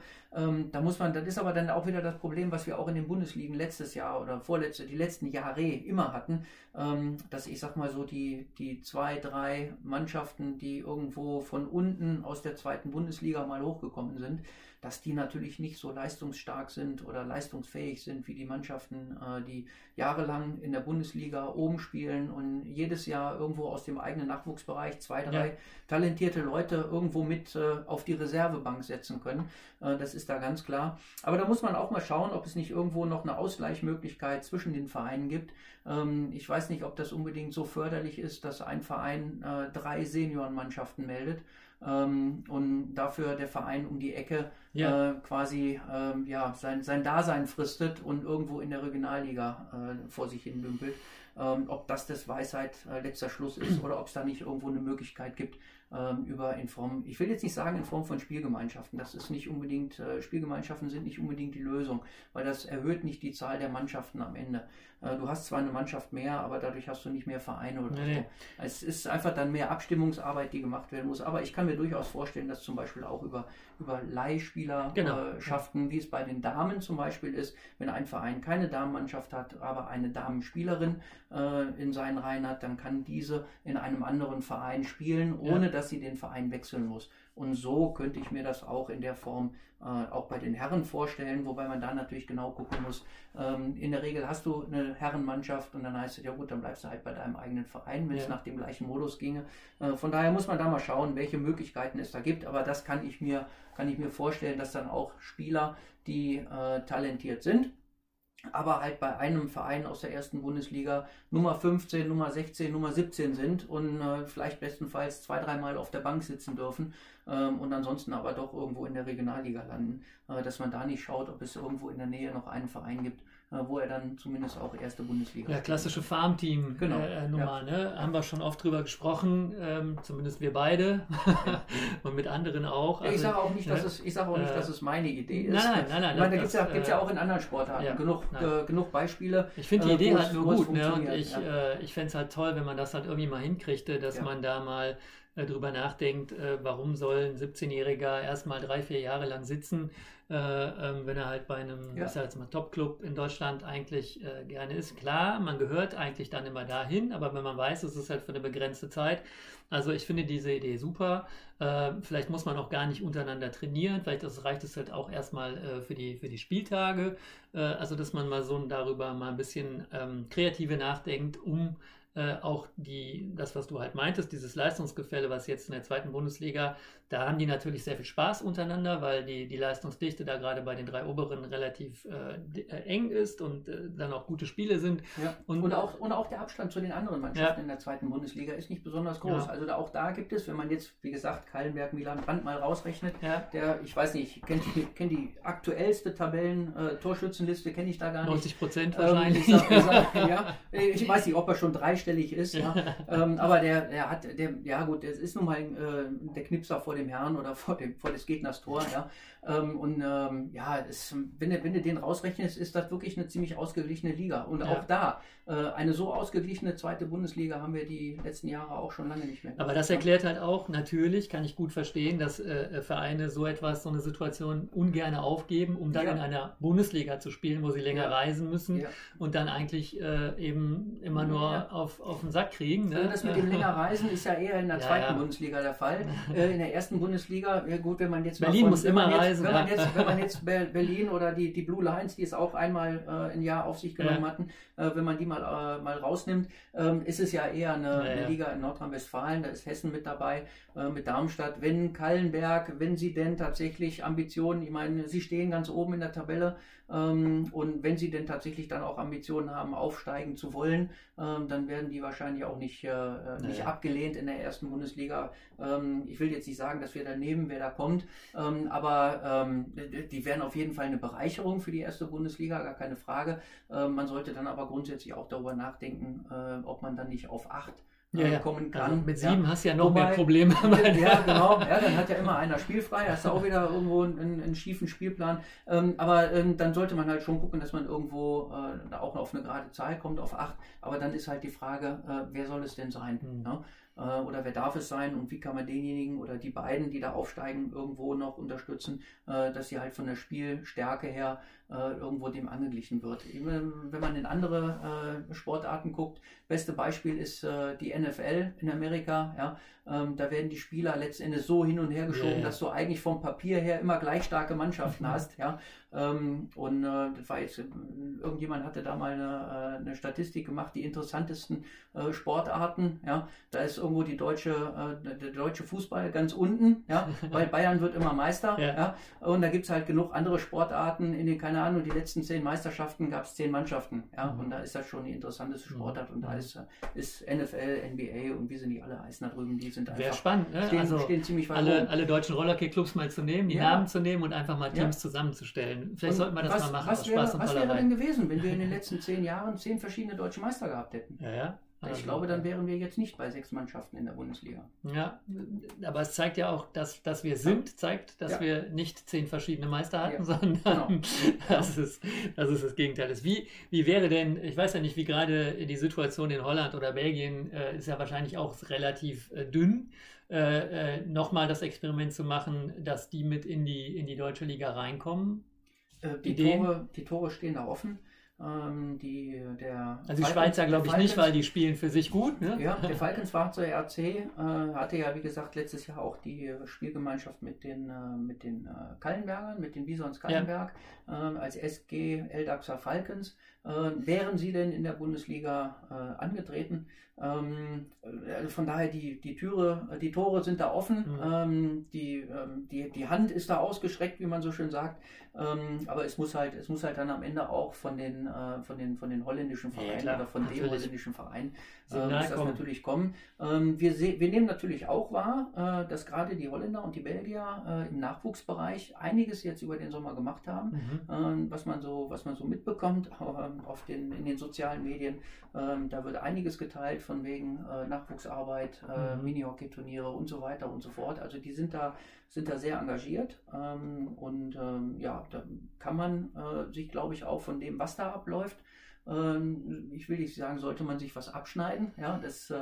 Das ist aber dann auch wieder das Problem, was wir auch in den Bundesligen letztes Jahr oder die letzten Jahre immer hatten, dass ich sag mal so die 2, 3 Mannschaften, die irgendwo von unten aus der zweiten Bundesliga mal hochgekommen sind, dass die natürlich nicht so leistungsstark sind oder leistungsfähig sind wie die Mannschaften, die jahrelang in der Bundesliga oben spielen und jedes Jahr irgendwo aus dem eigenen Nachwuchsbereich 2, 3 talentierte Leute irgendwo mit auf die Reservebank setzen können. Das ist da ganz klar. Aber da muss man auch mal schauen, ob es nicht irgendwo noch eine Ausgleichsmöglichkeit zwischen den Vereinen gibt. Ich weiß nicht, ob das unbedingt so förderlich ist, dass ein Verein 3 Seniorenmannschaften meldet. Und dafür der Verein um die Ecke quasi sein Dasein fristet und irgendwo in der Regionalliga vor sich hin dümpelt. Ob das Weisheit letzter Schluss ist oder ob es da nicht irgendwo eine Möglichkeit gibt, ich will jetzt nicht sagen in Form von Spielgemeinschaften, das ist nicht unbedingt, Spielgemeinschaften sind nicht unbedingt die Lösung, weil das erhöht nicht die Zahl der Mannschaften am Ende. Du hast zwar eine Mannschaft mehr, aber dadurch hast du nicht mehr Vereine oder so. Es ist einfach dann mehr Abstimmungsarbeit, die gemacht werden muss, aber ich kann mir durchaus vorstellen, dass zum Beispiel auch über Leihspielerschaften, wie es bei den Damen zum Beispiel ist, wenn ein Verein keine Damenmannschaft hat, aber eine Damenspielerin in seinen Reihen hat, dann kann diese in einem anderen Verein spielen, ohne dass sie den Verein wechseln muss. Und so könnte ich mir das auch in der Form auch bei den Herren vorstellen, wobei man da natürlich genau gucken muss. In der Regel hast du eine Herrenmannschaft und dann heißt es, ja gut, dann bleibst du halt bei deinem eigenen Verein, wenn es nach dem gleichen Modus ginge. Von daher muss man da mal schauen, welche Möglichkeiten es da gibt, aber das kann ich mir vorstellen, dass dann auch Spieler, die talentiert sind, aber halt bei einem Verein aus der ersten Bundesliga Nummer 15, Nummer 16, Nummer 17 sind und vielleicht bestenfalls 2, 3 Mal auf der Bank sitzen dürfen und ansonsten aber doch irgendwo in der Regionalliga landen, dass man da nicht schaut, ob es irgendwo in der Nähe noch einen Verein gibt, wo er dann zumindest auch erste Bundesliga spielt. Klassische Farmteam-Nummer, ne? Haben wir schon oft drüber gesprochen, zumindest wir beide und mit anderen auch. Also, ich sage auch nicht, dass es meine Idee ist. Nein. Ich meine, da gibt es ja auch in anderen Sportarten genug Beispiele. Ich finde die Idee halt nur gut, ne? Und ich fände es halt toll, wenn man das halt irgendwie mal hinkriegte, dass man da mal drüber nachdenkt, warum soll ein 17-Jähriger erstmal 3, 4 Jahre lang sitzen, wenn er halt bei einem, ich sag jetzt mal, Top-Club in Deutschland eigentlich gerne ist. Klar, man gehört eigentlich dann immer dahin, aber wenn man weiß, es ist halt für eine begrenzte Zeit. Also ich finde diese Idee super. Vielleicht muss man auch gar nicht untereinander trainieren. Vielleicht reicht es halt auch erstmal für die Spieltage. Also dass man mal so darüber mal ein bisschen kreative nachdenkt, um auch das, was du halt meintest, dieses Leistungsgefälle, was jetzt in der zweiten Bundesliga, da haben die natürlich sehr viel Spaß untereinander, weil die Leistungsdichte da gerade bei den 3 Oberen relativ eng ist und dann auch gute Spiele sind. Ja. Und auch der Abstand zu den anderen Mannschaften in der zweiten Bundesliga ist nicht besonders groß. Ja. Also auch da gibt es, wenn man jetzt, wie gesagt, Kallenberg, Milan Brandt mal rausrechnet, ich weiß nicht, ich kenne die aktuellste Torschützenliste, kenne ich da gar nicht. 90% wahrscheinlich. Ich weiß nicht, ob er schon dreistellig ist, aber der es ist nun mal der Knipser vor dem Herrn oder vor des Gegners Tor, wenn du den rausrechnest, ist das wirklich eine ziemlich ausgeglichene Liga und auch da eine so ausgeglichene zweite Bundesliga haben wir die letzten Jahre auch schon lange nicht mehr. Aber das erklärt halt auch, natürlich kann ich gut verstehen, dass Vereine so eine Situation ungern aufgeben, um dann in einer Bundesliga zu spielen, wo sie länger reisen müssen und dann eigentlich eben immer nur auf den Sack kriegen. Ne? Also das mit dem länger Reisen ist ja eher in der zweiten Bundesliga der Fall. In der ersten Bundesliga, gut, wenn man jetzt Berlin muss immer reisen. Wenn man jetzt Berlin oder die Blue Lions, die es auch einmal im Jahr auf sich genommen hatten, wenn man die mal rausnimmt, ist es ja eher eine Liga in Nordrhein-Westfalen, da ist Hessen mit dabei, mit Darmstadt. Wenn Kallenberg, wenn sie denn tatsächlich Ambitionen, ich meine, sie stehen ganz oben in der Tabelle, und wenn sie denn tatsächlich dann auch Ambitionen haben, aufsteigen zu wollen, dann werden die wahrscheinlich auch nicht abgelehnt in der ersten Bundesliga. Ich will jetzt nicht sagen, dass wir daneben, wer da kommt, aber die wären auf jeden Fall eine Bereicherung für die erste Bundesliga, gar keine Frage. Man sollte dann aber grundsätzlich auch darüber nachdenken, ob man dann nicht auf 8 kommen kann. Also mit 7 hast du ja noch mehr Probleme. Ja, genau. Ja, dann hat ja immer einer spielfrei, hast du auch wieder irgendwo einen schiefen Spielplan. Aber dann sollte man halt schon gucken, dass man irgendwo auch auf eine gerade Zahl kommt, auf 8. Aber dann ist halt die Frage, wer soll es denn sein? Ne? oder wer darf es sein und wie kann man denjenigen oder die beiden, die da aufsteigen, irgendwo noch unterstützen, dass sie halt von der Spielstärke her irgendwo dem angeglichen wird. Wenn man in andere Sportarten guckt, beste Beispiel ist die NFL in Amerika. Ja, da werden die Spieler letztendlich so hin und her geschoben, dass du eigentlich vom Papier her immer gleich starke Mannschaften hast. Ja, und das war jetzt, irgendjemand hatte da mal eine Statistik gemacht, die interessantesten Sportarten. Ja, da ist irgendwo der deutsche Fußball ganz unten, ja, weil Bayern wird immer Meister. Ja, und da gibt es halt genug andere Sportarten in den, keine Ahnung, die letzten 10 Meisterschaften gab es 10 Mannschaften. Ja, und da ist das schon die interessanteste Sportart und da ist NFL, NBA und wie sie nicht alle heißen da drüben, die sind einfach. Wäre spannend, ne? Stehen ziemlich weit alle deutschen Rollerhockey-Clubs mal zu nehmen, die Namen zu nehmen und einfach mal Teams zusammenzustellen. Vielleicht sollten wir das mal machen, aus Spaß und Was wäre denn gewesen, wenn wir in den letzten 10 Jahren 10 verschiedene deutsche Meister gehabt hätten? Ja. Ich glaube, dann wären wir jetzt nicht bei 6 Mannschaften in der Bundesliga. Ja, aber es zeigt ja auch, dass wir zeigt, dass wir nicht 10 verschiedene Meister hatten, sondern dass es das Gegenteil ist. Wie wäre denn, ich weiß ja nicht, wie gerade die Situation in Holland oder Belgien ist ja wahrscheinlich auch relativ dünn, nochmal das Experiment zu machen, dass die mit in die deutsche Liga reinkommen? Die Tore stehen da offen. Die Schweizer glaube ich nicht, weil die spielen für sich gut. Ne? Ja, der Falkenswarzer RC hatte ja wie gesagt letztes Jahr auch die Spielgemeinschaft mit den Kallenbergern, mit den Bisons Kallenberg als SG Eldaxer Falcons. Wären sie denn in der Bundesliga angetreten? Von daher die Tore sind da offen, die Hand ist da ausgestreckt, wie man so schön sagt, aber es muss halt dann am Ende auch von den holländischen Vereinen oder von dem holländischen Verein muss das natürlich kommen. Wir nehmen natürlich auch wahr, dass gerade die Holländer und die Belgier im Nachwuchsbereich einiges jetzt über den Sommer gemacht haben, was man so mitbekommt in den sozialen Medien. Da wird einiges geteilt von wegen Nachwuchsarbeit, Mini-Hockey-Turniere und so weiter und so fort. Also die sind da sehr engagiert da kann man sich, glaube ich, auch von dem, was da abläuft, ich will nicht sagen, sollte man sich was abschneiden. Ja,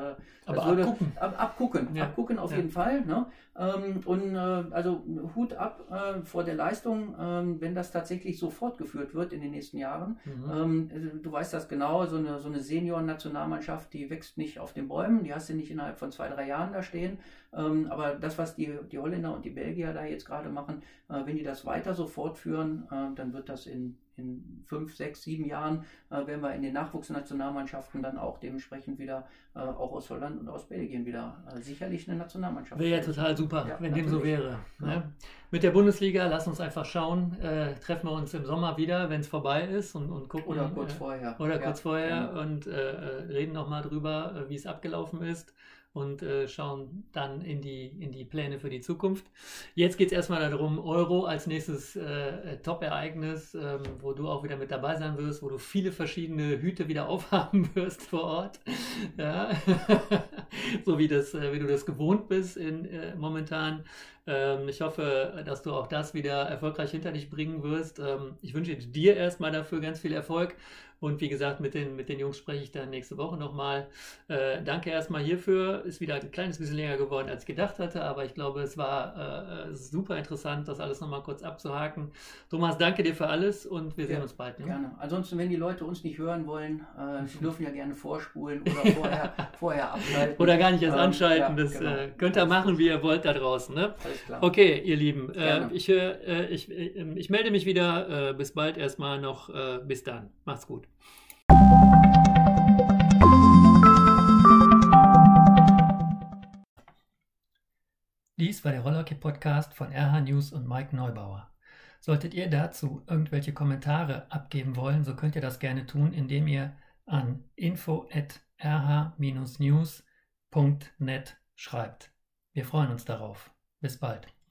abgucken auf jeden Fall. Ne? Also Hut ab vor der Leistung, wenn das tatsächlich so fortgeführt wird in den nächsten Jahren. Du weißt das genau, so eine Senioren-Nationalmannschaft, die wächst nicht auf den Bäumen, die hast du nicht innerhalb von 2-3 Jahren da stehen. Aber das, was die Holländer und die Belgier da jetzt gerade machen, wenn die das weiter so fortführen, dann wird das in 5, 6, 7 Jahren werden wir in den Nachwuchsnationalmannschaften dann auch dementsprechend wieder auch aus Holland und aus Belgien wieder sicherlich eine Nationalmannschaft. Wäre ja total super, wenn dem so wäre. Ja. Ne? Mit der Bundesliga, lass uns einfach schauen, treffen wir uns im Sommer wieder, wenn es vorbei ist und gucken. Oder kurz vorher. Und reden nochmal drüber, wie es abgelaufen ist. Und schauen dann in die Pläne für die Zukunft. Jetzt geht es erstmal darum, Euro als nächstes Top-Ereignis, wo du auch wieder mit dabei sein wirst, wo du viele verschiedene Hüte wieder aufhaben wirst vor Ort. Ja. So wie du das gewohnt bist momentan. Ich hoffe, dass du auch das wieder erfolgreich hinter dich bringen wirst. Ich wünsche dir erstmal dafür ganz viel Erfolg. Und wie gesagt, mit den Jungs spreche ich dann nächste Woche nochmal. Danke erstmal hierfür. Ist wieder ein kleines bisschen länger geworden, als ich gedacht hatte, aber ich glaube, es war super interessant, das alles nochmal kurz abzuhaken. Thomas, danke dir für alles und wir sehen uns bald. Ne? Gerne. Ansonsten, wenn die Leute uns nicht hören wollen, sie dürfen ja gerne vorspulen oder vorher abschalten. Oder gar nicht erst anschalten. Das könnt ihr machen, wie ihr wollt da draußen. Ne? Alles klar. Okay, ihr Lieben. Ich melde mich wieder. Bis bald erstmal noch. Bis dann. Macht's gut. Dies war der Rollhockey-Podcast von RH News und Mike Neubauer. Solltet ihr dazu irgendwelche Kommentare abgeben wollen, so könnt ihr das gerne tun, indem ihr an info@rh-news.net schreibt. Wir freuen uns darauf. Bis bald.